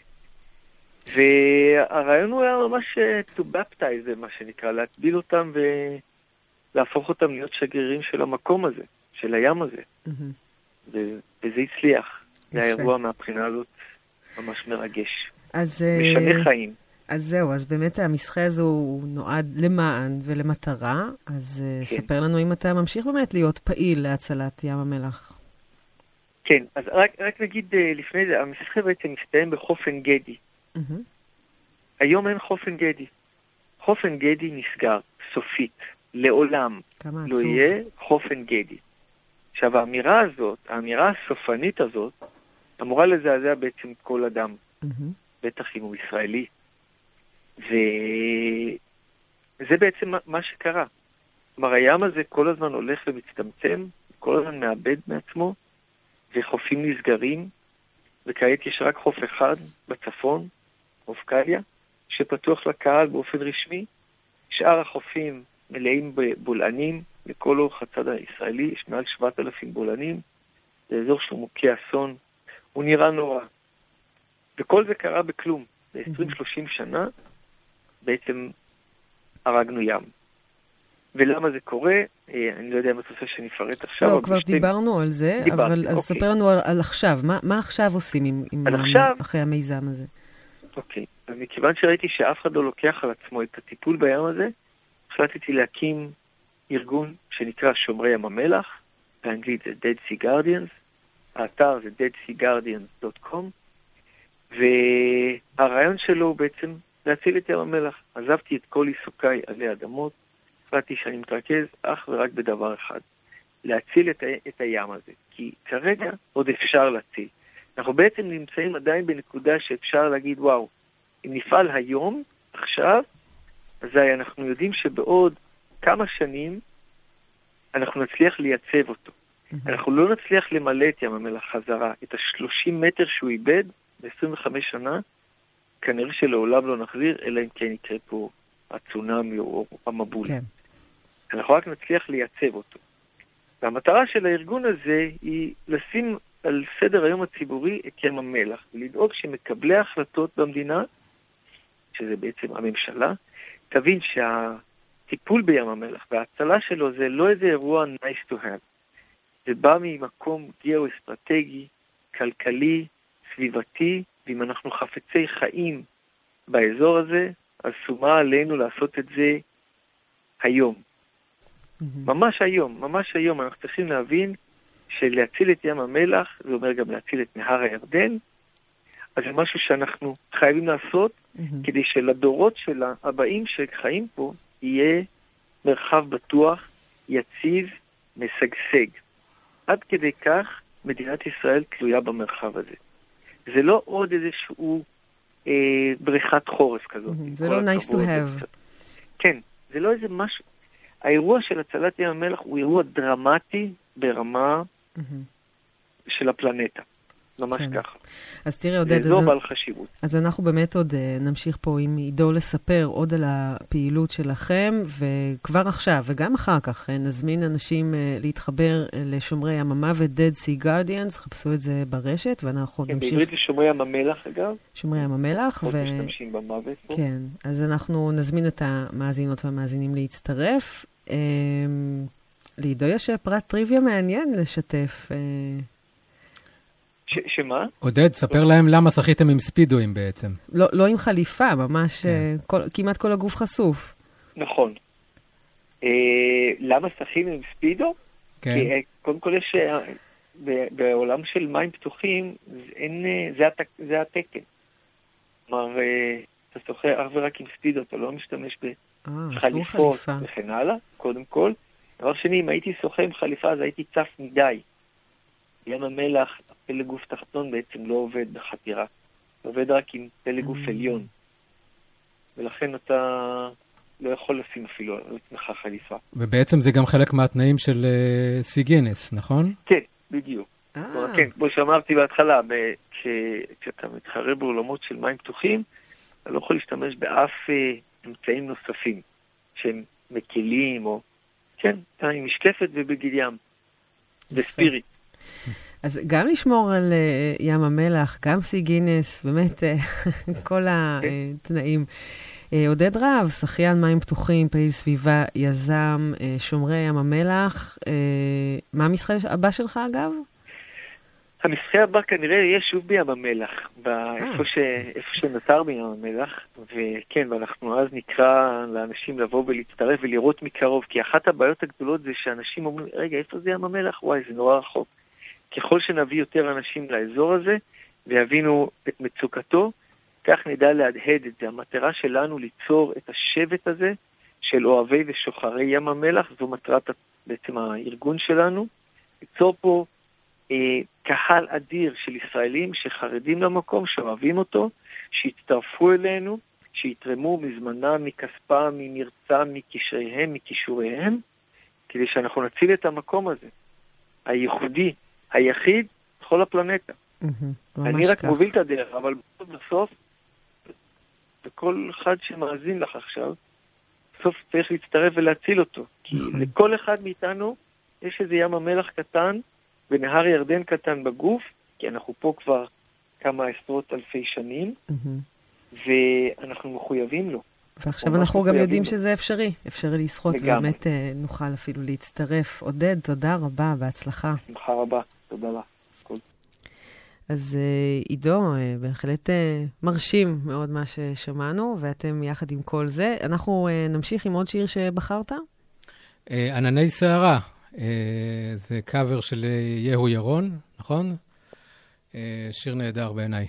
והרעיון הוא היה ממש to baptize, זה מה שנקרא, להטביל אותם ולהפוך אותם להיות שגרירים של המקום הזה, של הים הזה. וזה הצליח. זה האירוע מהבחינה הזאת ממש מרגש. משנה חיים. אז זהו, אז באמת המסחה הזו הוא נועד למען ולמטרה, אז כן. ספר לנו אם אתה ממשיך באמת להיות פעיל להצלת ים המלח. כן, אז רק, רק נגיד לפני זה, המסחה בעצם מסתיים בחוף עין גדי. Mm-hmm. היום אין חוף עין גדי. חוף עין גדי נסגר, סופית, לעולם לא עצוב. יהיה חוף עין גדי. עכשיו האמירה הזאת, האמירה הסופנית הזאת, אמורה לזעזע בעצם כל אדם, mm-hmm. בטח אם הוא ישראלי. וזה בעצם מה שקרה. כלומר, הים הזה כל הזמן הולך ומצטמצם, כל הזמן מאבד מעצמו, וחופים נסגרים, וכעת יש רק חוף אחד בצפון, חוף קליה, שפתוח לקהל באופן רשמי. שאר החופים מלאים בבולענים, לכל אורך הצד הישראלי, יש מעל שבעת אלפים בולענים, זה אזור שהוא מוכה אסון, הוא נראה נורא. וכל זה קרה בכלום, ב-עשרים שלושים שנה, בעצם הרגנו ים. ולמה זה קורה? אני לא יודע מה אתה רוצה שנפרט עכשיו. לא, כבר בשתי... דיברנו על זה, דיברתי, אבל אז אוקיי. ספר לנו על, על עכשיו. מה, מה עכשיו עושים עם, עם עכשיו, אחרי המיזם הזה? אוקיי. אז מכיוון שראיתי שאף אחד לא לוקח על עצמו את הטיפול בים הזה, החלטתי להקים ארגון שנקרא שומרי ים המלח, באנגלית זה Dead Sea Guardians, האתר זה dead sea guardians דוט קום, והרעיון שלו הוא בעצם להציל את ים המלח. עזבתי את כל עיסוקיי עלי אדמות, החלטתי שאני מתרכז אך ורק בדבר אחד, להציל את, ה- את הים הזה, כי כרגע עוד אפשר להציל. אנחנו בעצם נמצאים עדיין בנקודה שאפשר להגיד, וואו, אם נפעל היום, עכשיו, אז אנחנו יודעים שבעוד כמה שנים אנחנו נצליח לייצב אותו. Mm-hmm. אנחנו לא נצליח למלא את ים המלח חזרה, את ה-שלושים מטר שהוא איבד ב-עשרים וחמש שנה, כנראה שלעולם לא נחזיר, אלא אם כן יקרה פה הצונאמי או המבול. כן. אנחנו רק נצליח לייצב אותו. והמטרה של הארגון הזה היא לשים על סדר היום הציבורי את ים המלח, ולדאוג שמקבלי ההחלטות במדינה, שזה בעצם הממשלה, תבין שהטיפול בים המלח וההצלה שלו זה לא איזה אירוע nice to have. זה בא ממקום גיאו-אסטרטגי, כלכלי, סביבתי, ואם אנחנו חפצי חיים באזור הזה, אז שומה עלינו לעשות את זה היום. Mm-hmm. ממש היום, ממש היום. אנחנו צריכים להבין שלהציל את ים המלח, זה אומר גם להציל את נהר הירדן, אז זה משהו שאנחנו חייבים לעשות, mm-hmm. כדי שלדורות שלה, הבאים שחיים פה, יהיה מרחב בטוח, יציב, משגשג. עד כדי כך מדינת ישראל תלויה במרחב הזה. זה לא עוד איזשהו אה, בריכת חורס כזאת. זה לא nice to have. כן, זה לא איזה משהו. האירוע של הצלת ים המלח הוא אירוע דרמטי ברמה של הפלנטה. ממש ככה. אז תראה, עודד, זה לא בעל חשיבות. אז אנחנו באמת עוד נמשיך פה עם עידו לספר עוד על הפעילות שלכם, וכבר עכשיו, וגם אחר כך, נזמין אנשים להתחבר לשומרי ים המוות, Dead Sea Guardians, חפשו את זה ברשת, ואנחנו עוד נמשיך... כן, בעברית לשומרי ים המלח, אגב. שומרי ים המלח, עוד משתמשים במוות פה. כן, אז אנחנו נזמין את המאזינות והמאזינים להצטרף. לעידו יש פרט טריוויה מעניין לשתף... ש- שמה? עודד, ספר להם למה שחיתם עם ספידואים בעצם. לא, לא עם חליפה, ממש כן. כל, כמעט כל הגוף חשוף. נכון. אה, למה שחינו עם ספידו? כן. כי, אה, קודם כל יש, אה, ב- בעולם של מים פתוחים, אין, אה, זה, הת- זה התקן. כלומר, אה, אתה שוחה אך ורק עם ספידו, אתה לא משתמש בחליפות וכן הלאה, קודם כל. דבר שני, אם הייתי שוחה עם חליפה, אז הייתי צף מדי. ים המלח, פלג גוף תחתון בעצם לא עובד בחתירה. עובד רק עם פלג גוף עליון. ולכן אתה לא יכול לשים אפילו על עצמך חליפה. ובעצם זה גם חלק מהתנאים של uh, סי גינס, נכון? כן, בדיוק. כן, כמו שאמרתי בהתחלה, כשאתה מתחרה בעולמות של מים פתוחים, אתה לא יכול להשתמש באף uh, אמצעים נוספים, שהם מקלים או... כן, אתה עם משקפת ובגיד ים. וספיריט. אז גם לשמור על uh, ים המלח, גם סי גינס, באמת uh, כל התנאים. Uh, עודד רב, שחיין מים פתוחים, פעיל סביבה, יזם, uh, שומרי ים המלח. Uh, מה המשחק הבא שלך אגב? המשחק הבא כנראה יהיה שוב בים המלח, איפה ש... שנותר בים המלח, וכן, ואנחנו אז נקרא לאנשים לבוא ולהצטרף ולראות מקרוב, כי אחת הבעיות הגדולות זה שאנשים אומרים, רגע, איפה זה ים המלח? וואי, זה נורא רחוק. ככל שנביא יותר אנשים לאזור הזה, ויבינו את מצוקתו, כך נדע להדהד את זה. המטרה שלנו ליצור את השבט הזה, של אוהבי ושוחרי ים המלח, זו מטרת בעצם הארגון שלנו, ליצור פה אה, קהל אדיר של ישראלים שחרדים למקום, שאוהבים אותו, שיצטרפו אלינו, שיתרמו מזמנם, מכספם, ממרצם, מקשריהם, מכישוריהם, כדי שאנחנו נציל את המקום הזה, הייחודי, היחיד, בכל הפלנטה. אני רק מוביל את הדרך, אבל בסוף, וכל אחד שמאזין לך עכשיו, בסוף צריך להצטרף ולהציל אותו. כי לכל אחד מאיתנו יש איזה ים המלח קטן, ונהר ירדן קטן בגוף, כי אנחנו פה כבר כמה עשרות אלפי שנים, ואנחנו מחויבים לו. ועכשיו אנחנו גם יודעים שזה אפשרי, אפשרי לשחות, ובאמת נוכל אפילו להצטרף. עודד, תודה רבה, בהצלחה. שמחה רבה, תודה לך. אז עידו, בהחלט מרשים מאוד מה ששמענו, ואתם יחד עם כל זה. אנחנו נמשיך עם עוד שיר שבחרת? ענני שערה. זה קאבר של יהו ירון, נכון? שיר נהדר בעיניי.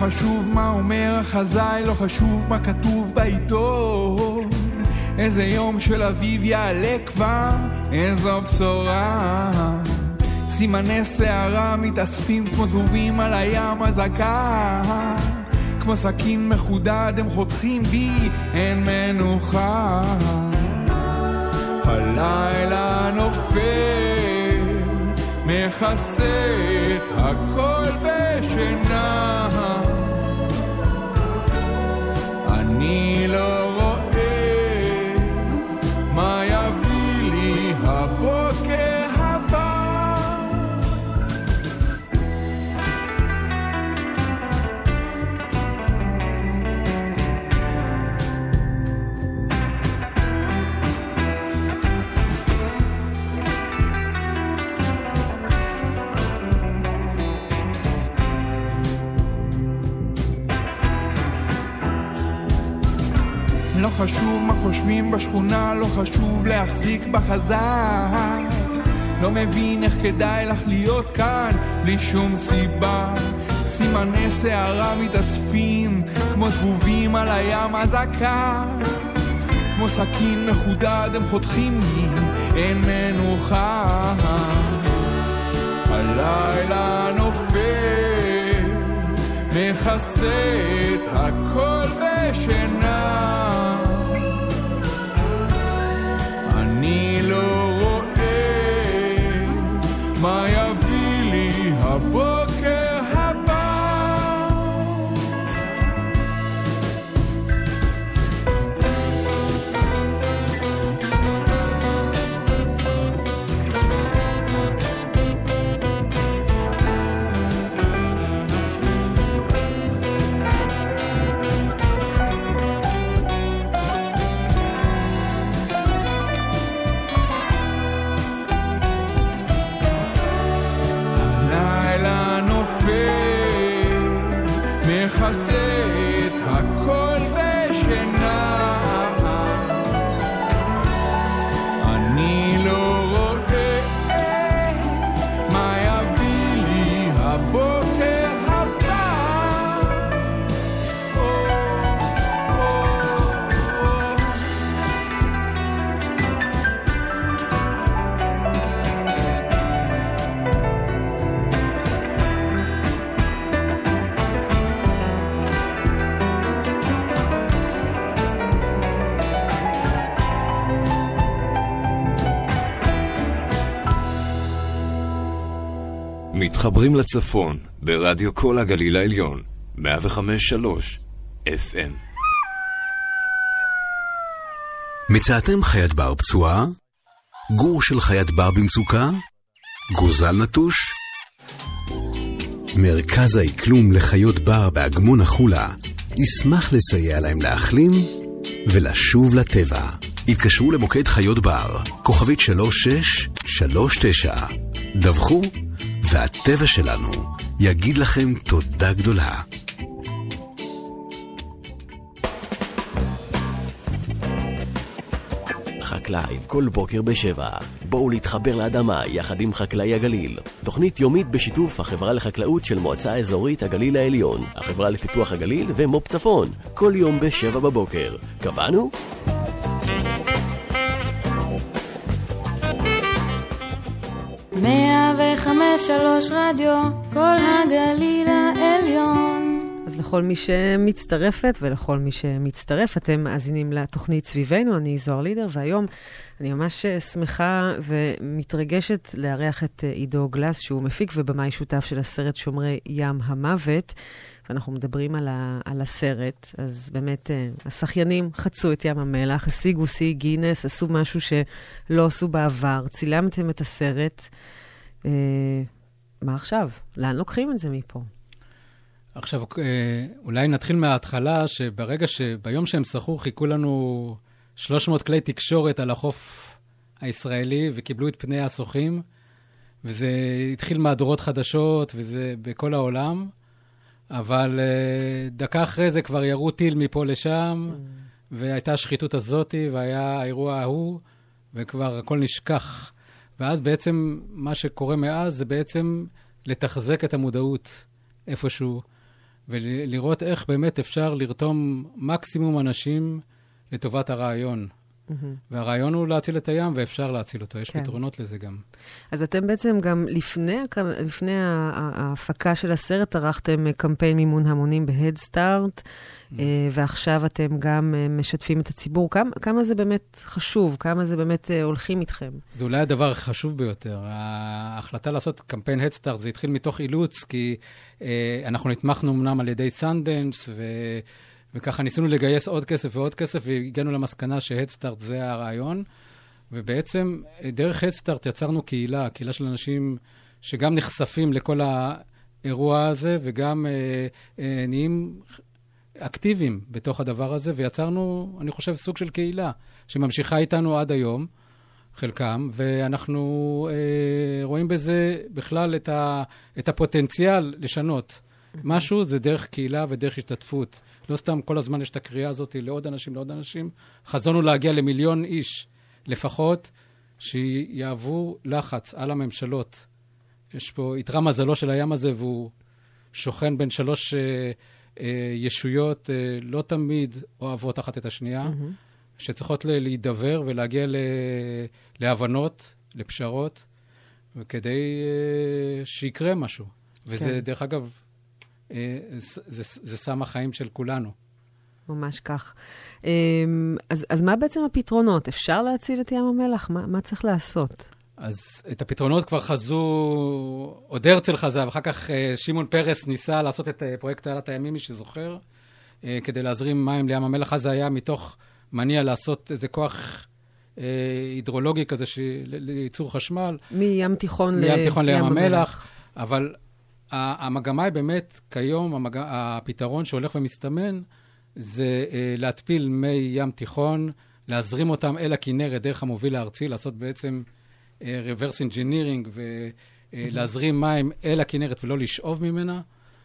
חשוב מה אומר החזאי, לא חשוב מה כתוב בעיתון. איזה יום של אביב יעלה כבר, איזו בשורה. סימני שערה מתאספים כמו זבובים על הים הזקה. כמו סכין מחודד הם חותכים בי, אין מנוחה. הלילה נופל, מכסה את הכל בשינה. אני לא רואה מה יביא לי הבוקר הבא. לא חשוב מה חושבים בשכונה, לא חשוב להחזיק בחזק. לא מבין איך כדאי לך להיות כאן בלי שום סיבה. סימני שערה מתאספים כמו זבובים על הים הזקה. כמו סכין מחודד הם חותכים לי, אין מנוחה. הלילה נופל, מכסה את הכל בשינה. אני לא רואה מה יביא לי הבוקר הבא. מכסה את הכל בשינה. אני לא רואה מה יביא לי הבוקר הבא. או, או, או. מתחברים לצפון ברדיו כל הגליל העליון מאה וחמש שלוש אף אם. מצאתם חיית בר פצועה? גור של חיית בר במצוקה? גוזל נטוש? מרכז האקלום לחיות בר באגמון החולה ישמח לסייע להם להחלים ולשוב לטבע. התקשרו למוקד חיות בר, כוכבית שלוש שש שלוש תשע. דווחו והטבע שלנו יגיד לכם תודה גדולה. חקלאי כל בוקר בשבע. בואו להתחבר לאדמה יחד עם חקלאי הגליל. תוכנית יומית בשיתוף החברה לחקלאות של מועצה אזורית הגליל העליון, החברה לפיתוח הגליל ומו"פ צפון. כל יום בשבע בבוקר. קבענו? מאה וחמש שלוש רדיו, כל הגליל העליון. אז לכל מי שמצטרפת ולכל מי שמצטרף, אתם מאזינים לתוכנית סביבנו. אני זוהר לידר, והיום אני ממש שמחה ומתרגשת לארח את עידו גלס, שהוא מפיק ובמאי שותף של הסרט שומרי ים המוות, ואנחנו מדברים על, ה- על הסרט. אז באמת השחיינים חצו את ים המלח, השיגו שיא גינס, עשו משהו שלא עשו בעבר, צילמתם את הסרט. אה, מה עכשיו? לאן לוקחים את זה מפה? עכשיו, אולי נתחיל מההתחלה, שברגע שביום שהם שחו, חיכו לנו שלוש מאות כלי תקשורת על החוף הישראלי, וקיבלו את פני השוחים, וזה התחיל מהדורות חדשות, וזה בכל העולם, אבל דקה אחרי זה כבר ירו טיל מפה לשם, mm. והייתה השחיתות הזאת, והיה האירוע ההוא, וכבר הכל נשכח. ואז בעצם מה שקורה מאז, זה בעצם לתחזק את המודעות איפשהו, ולראות איך באמת אפשר לרתום מקסימום אנשים לטובת הרעיון. Mm-hmm. והרעיון הוא להציל את הים, ואפשר להציל אותו. יש כן. פתרונות לזה גם. אז אתם בעצם גם לפני, לפני ההפקה של הסרט, ערכתם קמפיין מימון המונים ב-Head Start, mm-hmm. ועכשיו אתם גם משתפים את הציבור. כמה, כמה זה באמת חשוב? כמה זה באמת הולכים איתכם? זה אולי הדבר החשוב ביותר. ההחלטה לעשות קמפיין Head Start, זה התחיל מתוך אילוץ, כי אה, אנחנו נתמכנו אמנם על ידי סנדנס, ו... וככה ניסינו לגייס עוד כסף ועוד כסף, והגענו למסקנה ש-Head Start זה הרעיון, ובעצם דרך Head Start יצרנו קהילה, קהילה של אנשים שגם נחשפים לכל האירוע הזה, וגם אה, אה, נהיים אקטיביים בתוך הדבר הזה, ויצרנו, אני חושב, סוג של קהילה, שממשיכה איתנו עד היום, חלקם, ואנחנו אה, רואים בזה בכלל את, ה, את הפוטנציאל לשנות. משהו זה דרך קהילה ודרך השתתפות. לא סתם כל הזמן יש את הקריאה הזאת לעוד אנשים, לעוד אנשים. חזונו להגיע למיליון איש לפחות, שיעבו לחץ על הממשלות. יש פה יתרה מזלו של הים הזה, והוא שוכן בין שלוש אה, אה, ישויות, אה, לא תמיד אוהבות אחת את השנייה, mm-hmm. שצריכות להידבר ולהגיע ל, להבנות, לפשרות, וכדי אה, שיקרה משהו. וזה כן. דרך אגב, זה, זה, זה שם החיים של כולנו. ממש כך. אז, אז מה בעצם הפתרונות? אפשר להציל את ים המלח? מה, מה צריך לעשות? אז את הפתרונות כבר חזו, עוד הרצל חזה, ואחר כך שמעון פרס ניסה לעשות את פרויקט תעלת הימים, מי שזוכר, כדי להזרים מים לים המלח. אז זה היה מתוך מניע לעשות איזה כוח הידרולוגי כזה, לייצור חשמל. מים תיכון, לים ל... תיכון לים המלח. המלח. אבל המגמה היא באמת, כיום, המג... הפתרון שהולך ומסתמן, זה אה, להתפיל מי ים תיכון, להזרים אותם אל הכנרת דרך המוביל הארצי, לעשות בעצם אה, reverse engineering, ולהזרים אה, מים אל הכנרת ולא לשאוב ממנה,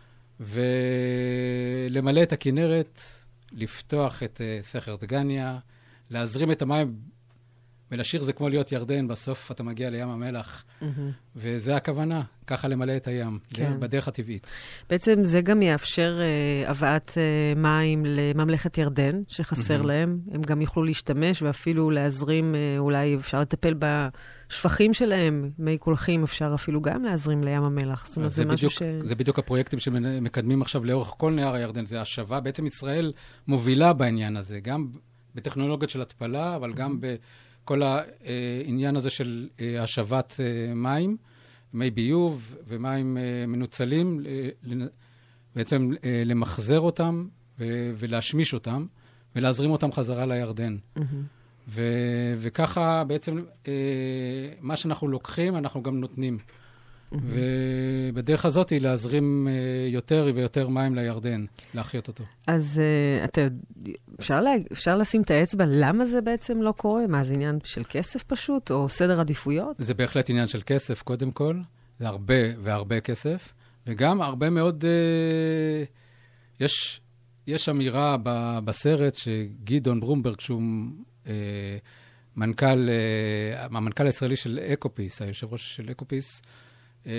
ולמלא את הכנרת, לפתוח את אה, סכר דגניה, להזרים את המים, ולשיר זה כמו להיות ירדן, בסוף אתה מגיע לים המלח, mm-hmm. וזה הכוונה, ככה למלא את הים, כן. בדרך הטבעית. בעצם זה גם יאפשר uh, הבאת uh, מים לממלכת ירדן, שחסר mm-hmm. להם, הם גם יוכלו להשתמש, ואפילו להזרים, uh, אולי אפשר לטפל בשפחים שלהם, מי קולחים אפשר אפילו גם להזרים לים המלח. זאת אומרת, זה, זה משהו בדיוק, ש... זה בדיוק הפרויקטים שמקדמים עכשיו לאורך כל נהר הירדן, זה השווה, בעצם ישראל מובילה בעניין הזה, גם בטכנולוגיות של התפלה, אבל mm-hmm. גם ב... כל העניין הזה של השבת מים, מי ביוב ומים מנוצלים, בעצם למחזר אותם ולהשמיש אותם, ולהזרים אותם חזרה לירדן. Mm-hmm. וככה בעצם מה שאנחנו לוקחים, אנחנו גם נותנים. Mm-hmm. ובדרך הזאת היא להזרים יותר ויותר מים לירדן, להחיות אותו. אז אתה, אפשר, לה, אפשר לשים את האצבע, למה זה בעצם לא קורה? מה, זה עניין של כסף פשוט, או סדר עדיפויות? זה בהחלט עניין של כסף, קודם כל. זה הרבה והרבה כסף. וגם הרבה מאוד, אה, יש, יש אמירה ב, בסרט שגידון ברומברג, שהוא אה, מנכ"ל, אה, המנכ"ל הישראלי של אקופיס, היושב ראש של אקופיס, Uh,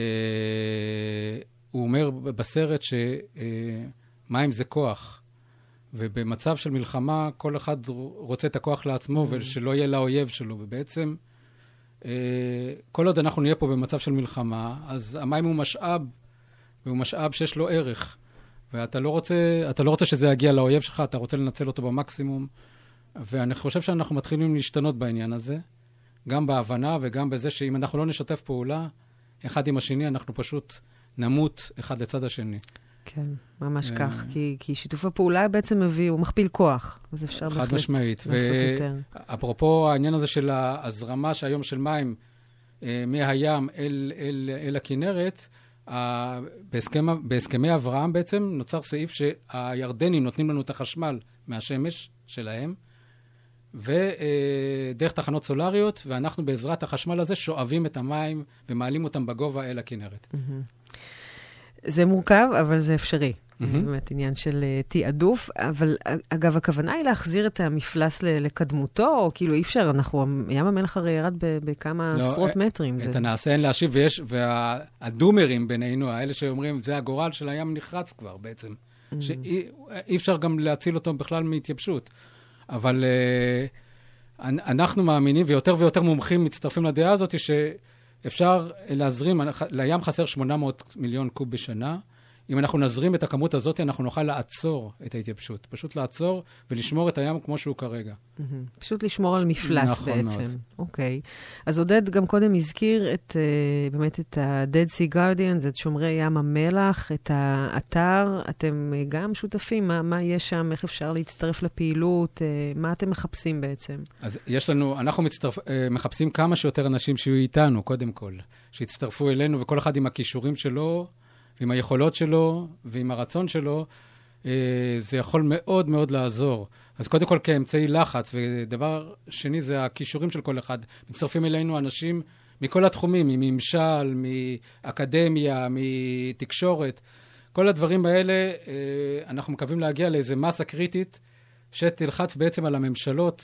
הוא אומר בסרט שמים uh, זה כוח, ובמצב של מלחמה כל אחד רוצה את הכוח לעצמו, mm-hmm. ושלא יהיה לאויב שלו, ובעצם uh, כל עוד אנחנו נהיה פה במצב של מלחמה, אז המים הוא משאב, והוא משאב שיש לו ערך, ואתה לא רוצה, אתה לא רוצה שזה יגיע לאויב שלך, אתה רוצה לנצל אותו במקסימום, ואני חושב שאנחנו מתחילים להשתנות בעניין הזה, גם בהבנה וגם בזה שאם אנחנו לא נשתף פעולה, אחד עם השני, אנחנו פשוט נמות אחד לצד השני. כן, ממש כך, כי, כי שיתוף הפעולה בעצם מביא, הוא מכפיל כוח, אז אפשר בהחלט לעשות יותר. אפרופו העניין הזה של ההזרמה שהיום של מים אה, מהים אל, אל, אל הכנרת, אה, בהסכם, בהסכמי אברהם בעצם נוצר סעיף שהירדנים נותנים לנו את החשמל מהשמש שלהם, ודרך תחנות סולריות, ואנחנו בעזרת החשמל הזה שואבים את המים ומעלים אותם בגובה אל הכנרת. זה מורכב, אבל זה אפשרי. זה באמת עניין של תיעדוף, אבל אגב, הכוונה היא להחזיר את המפלס לקדמותו, או כאילו אי אפשר, אנחנו, ים המלח הרי ירד בכמה עשרות מטרים. את הנעשה אין להשיב, והדומרים בינינו, האלה שאומרים, זה הגורל של הים נחרץ כבר בעצם. שאי אפשר גם להציל אותו בכלל מהתייבשות. אבל uh, אנחנו מאמינים, ויותר ויותר מומחים מצטרפים לדעה הזאת, שאפשר להזרים, לים חסר שמונה מאות מיליון קוב בשנה, אם אנחנו נזרים את הכמות הזאת, אנחנו נוכל לעצור את ההתייבשות. פשוט לעצור ולשמור את הים כמו שהוא כרגע. פשוט לשמור על מפלס בעצם. אוקיי. אז עודד גם קודם הזכיר את, באמת את ה-Dead Sea Guardians, את שומרי ים המלח, את האתר. אתם גם שותפים? מה, מה יש שם? איך אפשר להצטרף לפעילות? מה אתם מחפשים בעצם? אז יש לנו, אנחנו מצטרפ, מחפשים כמה שיותר אנשים שיהיו איתנו, קודם כל. שיצטרפו אלינו, וכל אחד עם הכישורים שלו, ועם היכולות שלו, ועם הרצון שלו, זה יכול מאוד מאוד לעזור. אז קודם כל כאמצעי לחץ, ודבר שני זה הכישורים של כל אחד. מצטרפים אלינו אנשים מכל התחומים, מממשל, מאקדמיה, מתקשורת. כל הדברים האלה, אנחנו מקווים להגיע לאיזו מסה קריטית, שתלחץ בעצם על הממשלות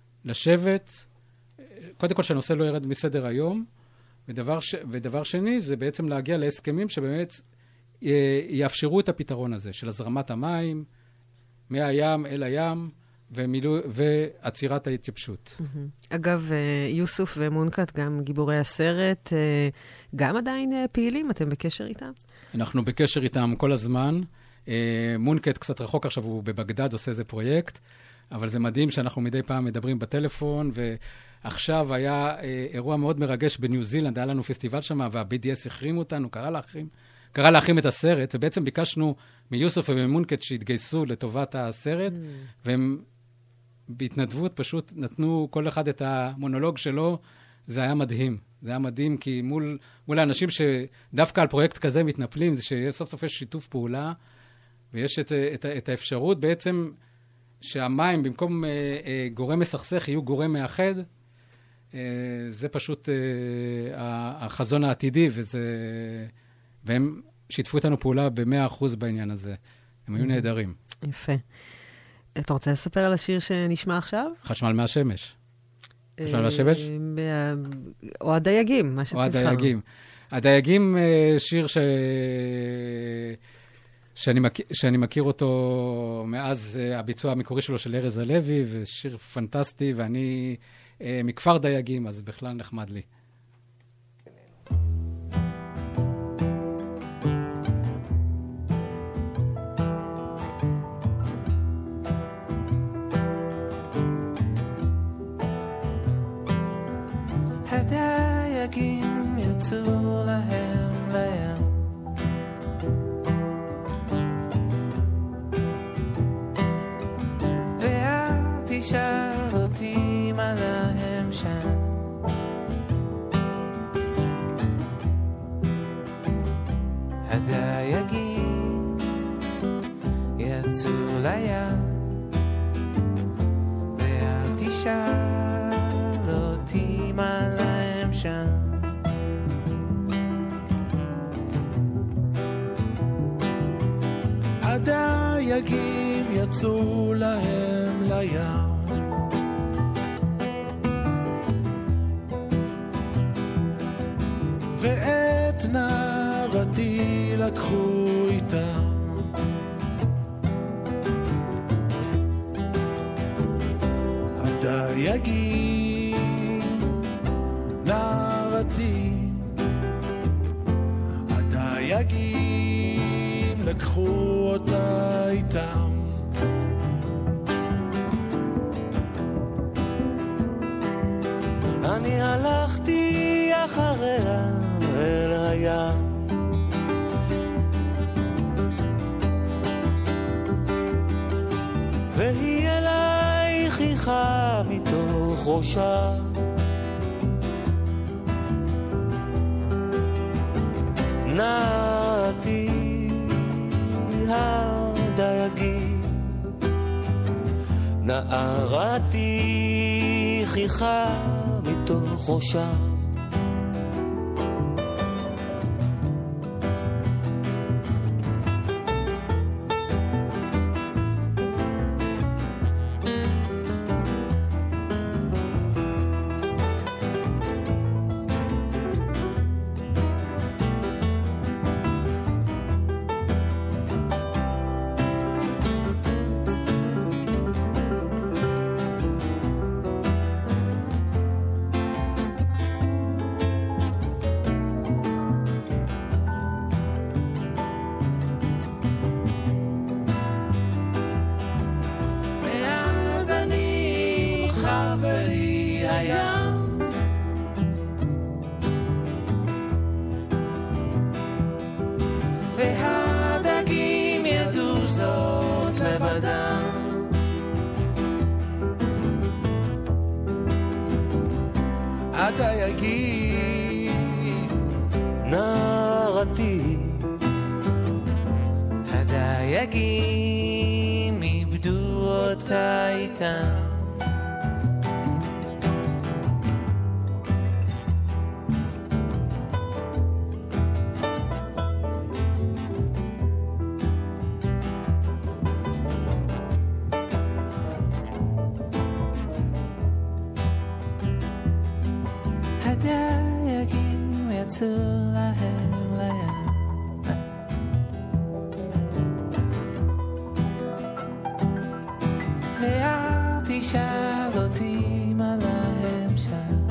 לשבת. קודם כל שהנושא לא ירד מסדר היום, ודבר, ש... ודבר שני זה בעצם להגיע להסכמים שבאמת יאפשרו את הפתרון הזה, של הזרמת המים, מהים אל הים, ומילוא, ועצירת ההתייבשות. אגב, יוסוף ומונקת, גם גיבורי הסרט, גם עדיין פעילים? אתם בקשר איתם? אנחנו בקשר איתם כל הזמן. מונקת קצת רחוק עכשיו, הוא בבגדד, עושה איזה פרויקט, אבל זה מדהים שאנחנו מדי פעם מדברים בטלפון, ועכשיו היה אירוע מאוד מרגש בניו זילנד, היה לנו פסטיבל שם, וה-בי די אס החרים אותנו, קרא להחרים. קרא להחרים את הסרט, ובעצם ביקשנו מיוסוף וממונקת שהתגייסו לטובת הסרט, mm. והם בהתנדבות פשוט נתנו כל אחד את המונולוג שלו, זה היה מדהים. זה היה מדהים, כי מול, מול האנשים שדווקא על פרויקט כזה מתנפלים, זה שסוף סוף יש שיתוף פעולה, ויש את, את, את האפשרות בעצם שהמים במקום אה, אה, גורם מסכסך יהיו גורם מאחד, אה, זה פשוט אה, החזון העתידי, וזה... והם שיתפו איתנו פעולה ב-מאה אחוז בעניין הזה. הם היו נהדרים. יפה. אתה רוצה לספר על השיר שנשמע עכשיו? חשמל מהשמש. חשמל מהשמש? או הדייגים, מה שתבחר. או הדייגים. הדייגים, שיר ש... שאני, מכ... שאני מכיר אותו מאז הביצוע המקורי שלו של ארז הלוי, ושיר פנטסטי, ואני מכפר דייגים, אז בכלל נחמד לי. הדייגים יצאו להם לים, ואל תשאל אותי מה להם שם. הדייגים יצאו לים, ואל תשאל אותי מה להם שם. הדייגים יצאו להם לים, ואת נערתי לקחו איתם. הדייגים נערתי, הדייגים לקחו אותה איתם. אני הלכתי אחריה אל הים, והיא אליי חיכה מתוך ראשה. נעתי הדייגים, נערתי חיכה מתוך ראשה. הדייגים. נערתי, הדייגים איבדו אותה איתם. הדייגים יצאו להם לים, ואל תשאל אותי מה להם שם.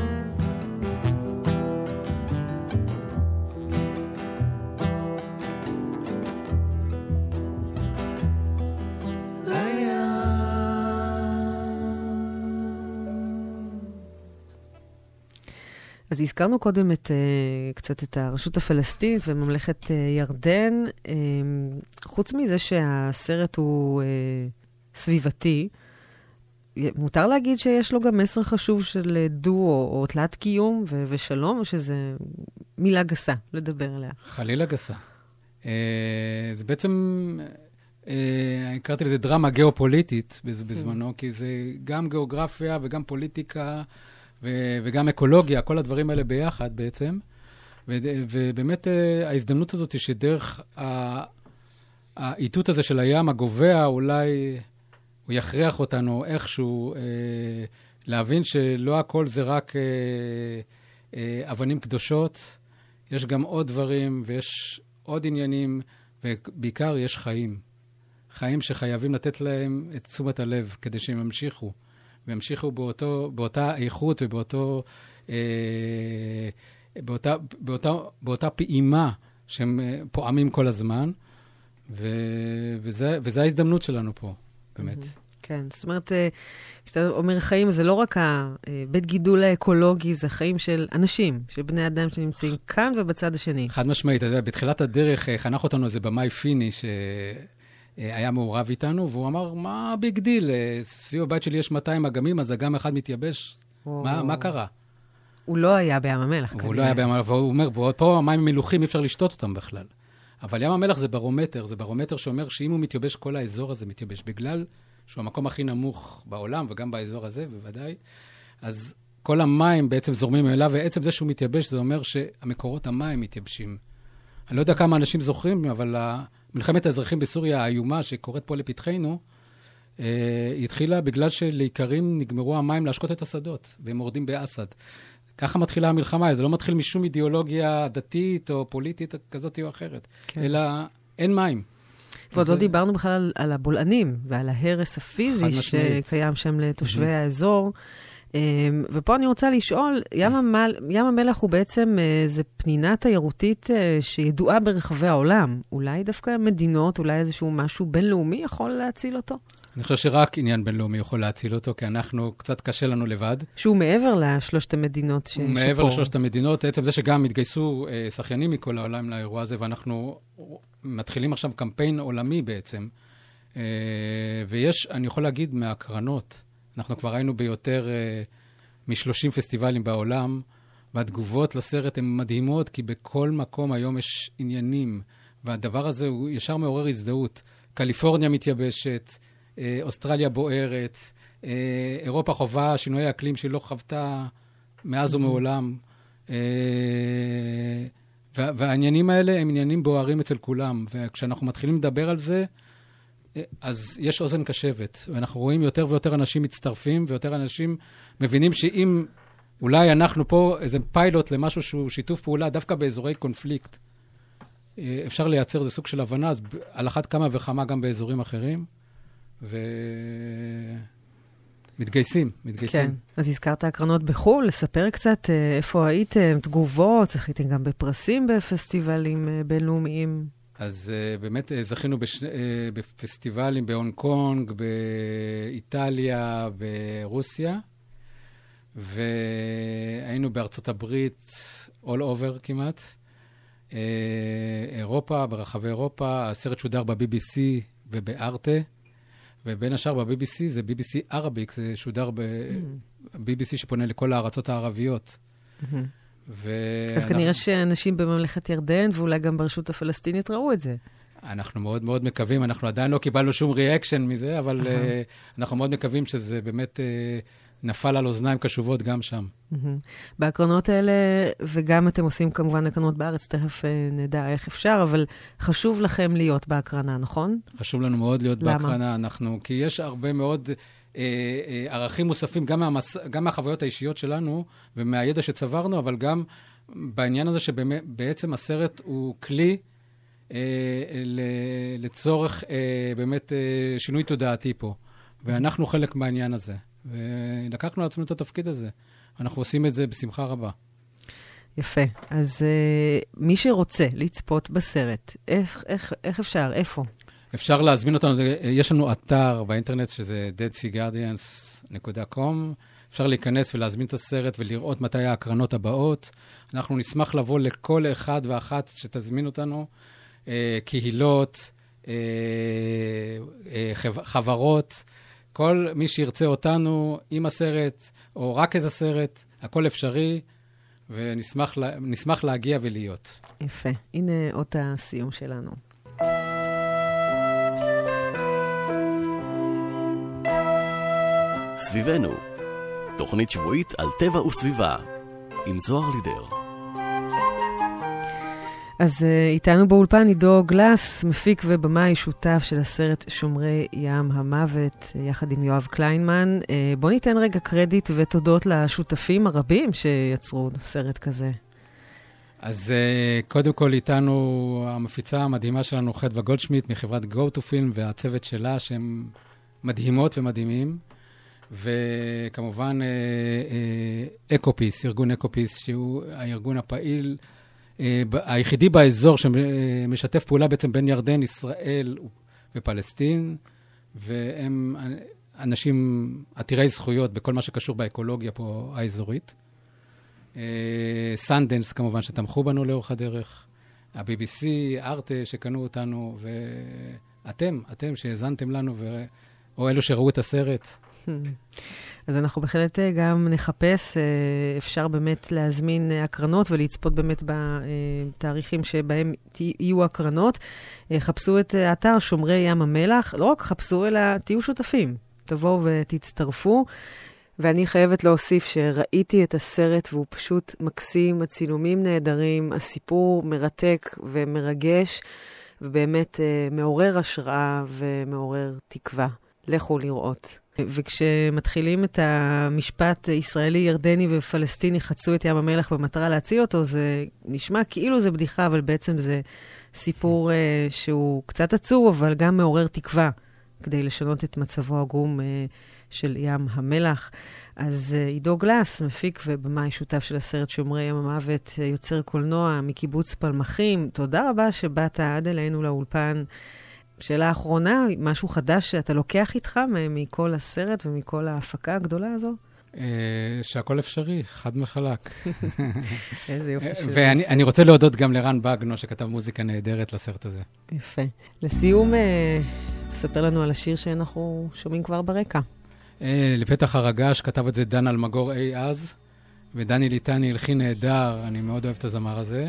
אז הזכרנו קודם את, uh, קצת את הרשות הפלסטינית וממלכת uh, ירדן. Uh, חוץ מזה שהסרט הוא uh, סביבתי, מותר להגיד שיש לו גם מסר חשוב של דו או, או תלת קיום ו- ושלום, או שזה מילה גסה לדבר עליה? חלילה גסה. Uh, זה בעצם, uh, הכרתי לזה דרמה גיאופוליטית בזמנו, כי זה גם גיאוגרפיה וגם פוליטיקה, ו- וגם אקולוגיה, כל הדברים האלה ביחד בעצם. ו- ובאמת ההזדמנות הזאת היא שדרך העיתות הזה של הים הגובע, אולי הוא יכריח אותנו איכשהו אה, להבין שלא הכל זה רק אה, אה, אבנים קדושות, יש גם עוד דברים ויש עוד עניינים, ובעיקר יש חיים. חיים שחייבים לתת להם את תשומת הלב כדי שהם ימשיכו. והמשיכו באותו, באותה איכות ובאותו, אה, באותה, באותה, באותה פעימה שהם פועמים כל הזמן, ו, וזה, וזה ההזדמנות שלנו פה, באמת. כן, זאת אומרת, כשאתה אומר חיים, זה לא רק הבית גידול האקולוגי, זה חיים של אנשים, של בני אדם שנמצאים כאן ובצד השני. חד משמעית, אתה יודע, בתחילת הדרך חנך אותנו איזה במאי פיני, ש... היה מעורב איתנו, והוא אמר, מה ביג דיל? סביב הבית שלי יש מאתיים אגמים, אז אגם אחד מתייבש. מה, מה קרה? הוא לא היה בים המלח. הוא לא היה בים המלח, והוא אומר, ופה המים המלוחים אי אפשר לשתות אותם בכלל. אבל ים המלח זה ברומטר, זה ברומטר שאומר שאם הוא מתייבש, כל האזור הזה מתייבש, בגלל שהוא המקום הכי נמוך בעולם, וגם באזור הזה, בוודאי. אז כל המים בעצם זורמים אליו, ועצם זה שהוא מתייבש, זה אומר שהמקורות המים מתייבשים. אני לא יודע כמה אנשים זוכרים, אבל מלחמת האזרחים בסוריה האיומה שקורית פה לפתחנו, אה, התחילה בגלל שלעיקרים נגמרו המים להשקות את השדות, והם מורדים באסד. ככה מתחילה המלחמה, זה לא מתחיל משום אידיאולוגיה דתית או פוליטית כזאת או אחרת, כן. אלא אין מים. ועוד לא דיברנו בכלל על, על הבולענים ועל ההרס הפיזי שקיים שם לתושבי האזור. ופה אני רוצה לשאול, ים, המל, ים המלח הוא בעצם איזו פנינה תיירותית שידועה ברחבי העולם. אולי דווקא מדינות, אולי איזשהו משהו בינלאומי יכול להציל אותו? אני חושב שרק עניין בינלאומי יכול להציל אותו, כי אנחנו, קצת קשה לנו לבד. שהוא מעבר לשלושת המדינות ש... הוא מעבר לשלושת המדינות, עצם זה שגם התגייסו אה, שחיינים מכל העולם לאירוע הזה, ואנחנו מתחילים עכשיו קמפיין עולמי בעצם. אה, ויש, אני יכול להגיד, מהקרנות, אנחנו כבר היינו ביותר אה, מ-שלושים פסטיבלים בעולם, והתגובות לסרט הן מדהימות, כי בכל מקום היום יש עניינים, והדבר הזה הוא ישר מעורר הזדהות. קליפורניה מתייבשת, אוסטרליה בוערת, אירופה חובה, שינוי האקלים שהיא לא חוותה מאז ומעולם. והעניינים האלה הם עניינים בוערים אצל כולם, וכשאנחנו מתחילים לדבר על זה, אז יש אוזן קשבת, ואנחנו רואים יותר ויותר אנשים מצטרפים, ויותר אנשים מבינים שאם אולי אנחנו פה איזה פיילוט למשהו שהוא שיתוף פעולה, דווקא באזורי קונפליקט, אפשר לייצר איזה סוג של הבנה, אז על אחת כמה וכמה גם באזורים אחרים, ומתגייסים, מתגייסים. כן, אז הזכרת הקרנות בחו"ל, לספר קצת איפה הייתם, תגובות, זכיתם גם בפרסים בפסטיבלים בינלאומיים. אז uh, באמת uh, זכינו בש... uh, בפסטיבלים בהונג קונג, באיטליה, ברוסיה, והיינו בארצות הברית, all over כמעט, uh, אירופה, ברחבי אירופה, הסרט שודר ב-בי בי סי ובארטה, ובין השאר ב-בי בי סי זה בי בי סי ערביק, זה שודר ב-בי בי סי שפונה לכל הארצות הערביות. אז כנראה שאנשים בממלכת ירדן, ואולי גם ברשות הפלסטינית ראו את זה. אנחנו מאוד מאוד מקווים, אנחנו עדיין לא קיבלנו שום ריאקשן מזה, אבל uh, אנחנו מאוד מקווים שזה באמת uh, נפל על אוזניים קשובות גם שם. בהקרנות האלה, וגם אתם עושים כמובן הקרנות בארץ, תכף uh, נדע איך אפשר, אבל חשוב לכם להיות בהקרנה, נכון? חשוב לנו מאוד להיות למה? בהקרנה, אנחנו, כי יש הרבה מאוד uh, uh, ערכים מוספים, גם, מהמס, גם מהחוויות האישיות שלנו, ומהידע שצברנו, אבל גם בעניין הזה שבעצם הסרט הוא כלי, לצורך באמת שינוי תודעתי פה. ואנחנו חלק מהעניין הזה. ולקחנו לעצמנו את התפקיד הזה. אנחנו עושים את זה בשמחה רבה. יפה. אז מי שרוצה לצפות בסרט, איך, איך, איך אפשר? איפה? אפשר להזמין אותנו. יש לנו אתר באינטרנט שזה dead sea guardians dot com. אפשר להיכנס ולהזמין את הסרט ולראות מתי ההקרנות הבאות. אנחנו נשמח לבוא לכל אחד ואחת שתזמין אותנו. קהילות, חברות, כל מי שירצה אותנו עם הסרט, או רק את הסרט, הכל אפשרי, ונשמח להגיע ולהיות. יפה. הנה אות הסיום שלנו. סביבנו, תוכנית שבועית על טבע וסביבה, עם זוהר לידר. אז איתנו באולפן עידו גלס, מפיק ובמאי שותף של הסרט שומרי ים המוות, יחד עם יואב קליינמן. בוא ניתן רגע קרדיט ותודות לשותפים הרבים שיצרו סרט כזה. אז קודם כל איתנו המפיצה המדהימה שלנו, חדווה גולדשמיט, מחברת Go to Film, והצוות שלה, שהם מדהימות ומדהימים. וכמובן אקופיס, ארגון אקופיס, שהוא הארגון הפעיל, היחידי באזור שמשתף פעולה בעצם בין ירדן, ישראל ופלסטין, והם אנשים עתירי זכויות בכל מה שקשור באקולוגיה פה האזורית. סנדנס כמובן שתמכו בנו לאורך הדרך, ה-בי בי סי, ארטה שקנו אותנו, ואתם, אתם שהזנתם לנו, ו... או אלו שראו את הסרט. אז אנחנו בהחלט גם נחפש, אפשר באמת להזמין הקרנות ולצפות באמת בתאריכים שבהם יהיו הקרנות. חפשו את האתר שומרי ים המלח, לא רק חפשו, אלא תהיו שותפים. תבואו ותצטרפו. ואני חייבת להוסיף שראיתי את הסרט והוא פשוט מקסים, הצילומים נהדרים, הסיפור מרתק ומרגש, ובאמת מעורר השראה ומעורר תקווה. לכו לראות. וכשמתחילים את המשפט ישראלי, ירדני ופלסטיני חצו את ים המלח במטרה להציל אותו, זה נשמע כאילו זה בדיחה, אבל בעצם זה סיפור uh, שהוא קצת עצוב, אבל גם מעורר תקווה, כדי לשנות את מצבו הגום uh, של ים המלח. אז uh, עידו גלס, מפיק ובמאי שותף של הסרט שומרי ים המוות, uh, יוצר קולנוע מקיבוץ פלמחים. תודה רבה שבאת עד אלינו לאולפן. שאלה האחרונה, משהו חדש שאתה לוקח איתך מכל הסרט ומכל ההפקה הגדולה הזו? שהכל אפשרי, חד מחלק. איזה יופי. ואני רוצה להודות גם לרן בגנו, שכתב מוזיקה נהדרת לסרט הזה. יפה. לסיום, ספר לנו על השיר שאנחנו שומעים כבר ברקע. לפתח הרגש, כתב את זה דן אלמגור אי אז, ודני ליטני הלחין נהדר, אני מאוד אוהב את הזמר הזה,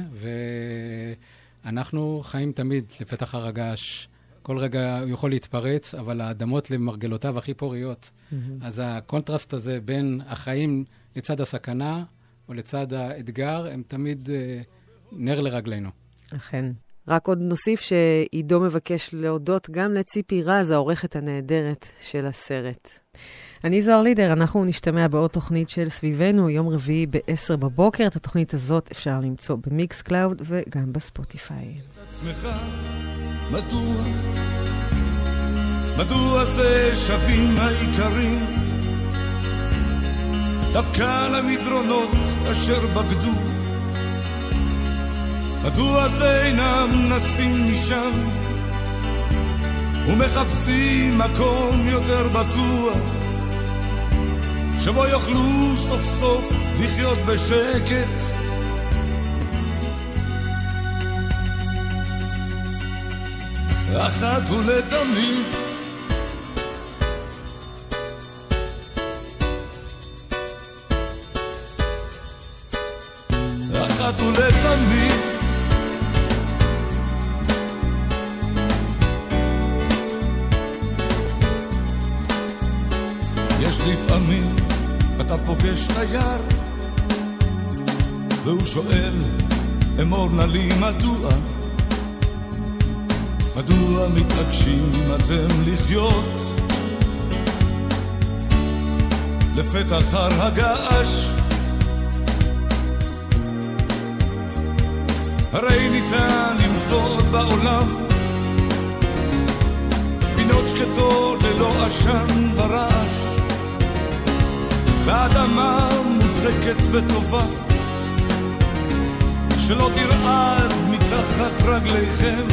ואנחנו חיים תמיד לפתח הרגש. כל רגע הוא יכול להתפרץ, אבל האדמות למרגלותיו הכי פוריות. Mm-hmm. אז הקונטרסט הזה בין החיים לצד הסכנה, או לצד האתגר, הם תמיד אה, נר לרגלינו. אכן. רק עוד נוסיף שעידו מבקש להודות גם לציפי רז, העורכת הנהדרת של הסרט. אני זוהר לידר, אנחנו נשתמע בעוד תוכנית של סביבנו, יום רביעי ב-עשר בבוקר. את התוכנית הזאת אפשר למצוא במיקס קלאוד וגם בספוטיפיי. מדוע, מדוע זה שווים העיקרים דווקא למדרונות אשר בגדו, מדוע זה אינם נסים משם ומחפשים מקום יותר בטוח שבו יוכלו סוף סוף לחיות בשקט. אחת ולתמיד אחת ולתמיד. יש לפעמים אתה פוגש תייר והוא שואל אמור נא לי מדוע מדוע מתעקשים אתם לחיות לפתח הר הגעש הרי ניתן למצוא בעולם פינות שקטות ללא עשן ורעש והאדמה מוצקת וטובה שלא תרעד מתחת רגליכם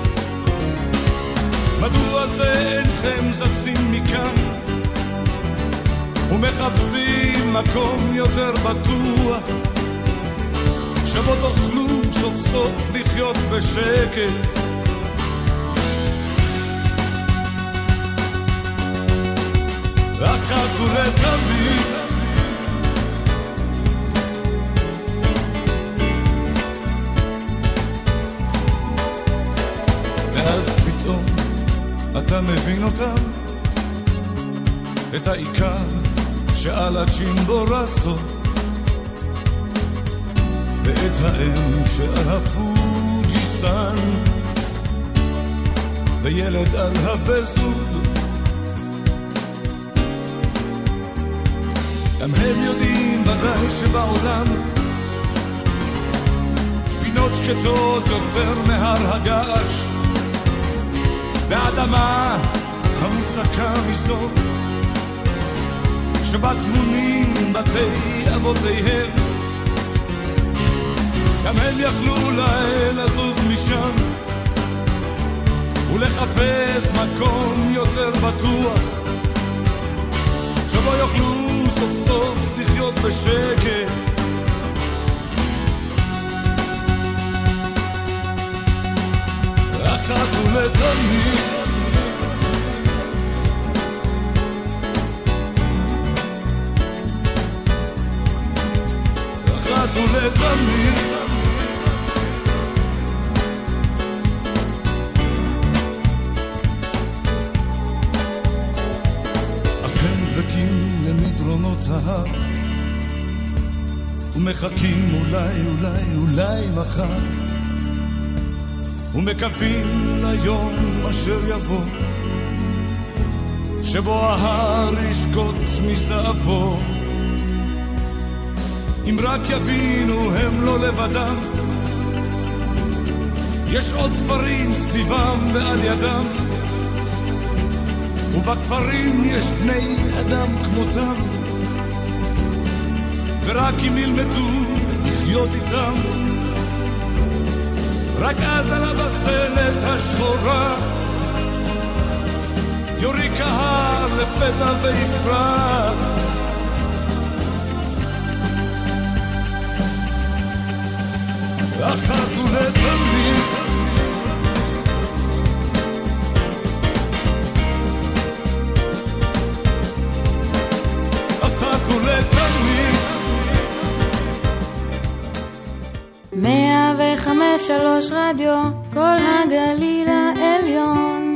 מדוע זה אינכם זזים מכאן ומחפשים מקום יותר בטוח שבו תוכלו סוף סוף לחיות בשקט אחת ולתמיד ואז פתאום אתה מבין אותם את העיקר שעל הצ'ימבורסו ואת האם שעל הפוג'יסן וילד על הווזוב גם הם יודעים ודאי שבעולם פינות שקטות יותר מהר הגעש והאדמה המוצקה מזו שבה טמונים בתי אבותיהם גם הם יכלו להם לזוז משם ולחפש מקום יותר בטוח שבו יוכלו סוף סוף לחיות בשקט אחת ולתמיד אחת ולתמיד אכן דבקים למדרונות ההר ומחכים אולי אולי אולי מחר ומקווים ליום אשר יבוא שבו ההר ישקוט מזעפו אם רק יבינו הם לא לבדם יש עוד כפרים סביבם ועל ידם ובכפרים יש בני אדם כמותם ורק אם ילמדו לחיות איתם רק אז על הבשלת השחורה יוריק ההר לפתע ויפרח אחת ולתמיד אחת ולתמיד מאה וחמש שלוש רדיו כל הגליל העליון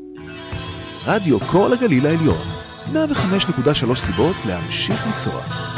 רדיו כל הגליל העליון מאה וחמש נקודה שלוש סיבות להמשיך לנסוע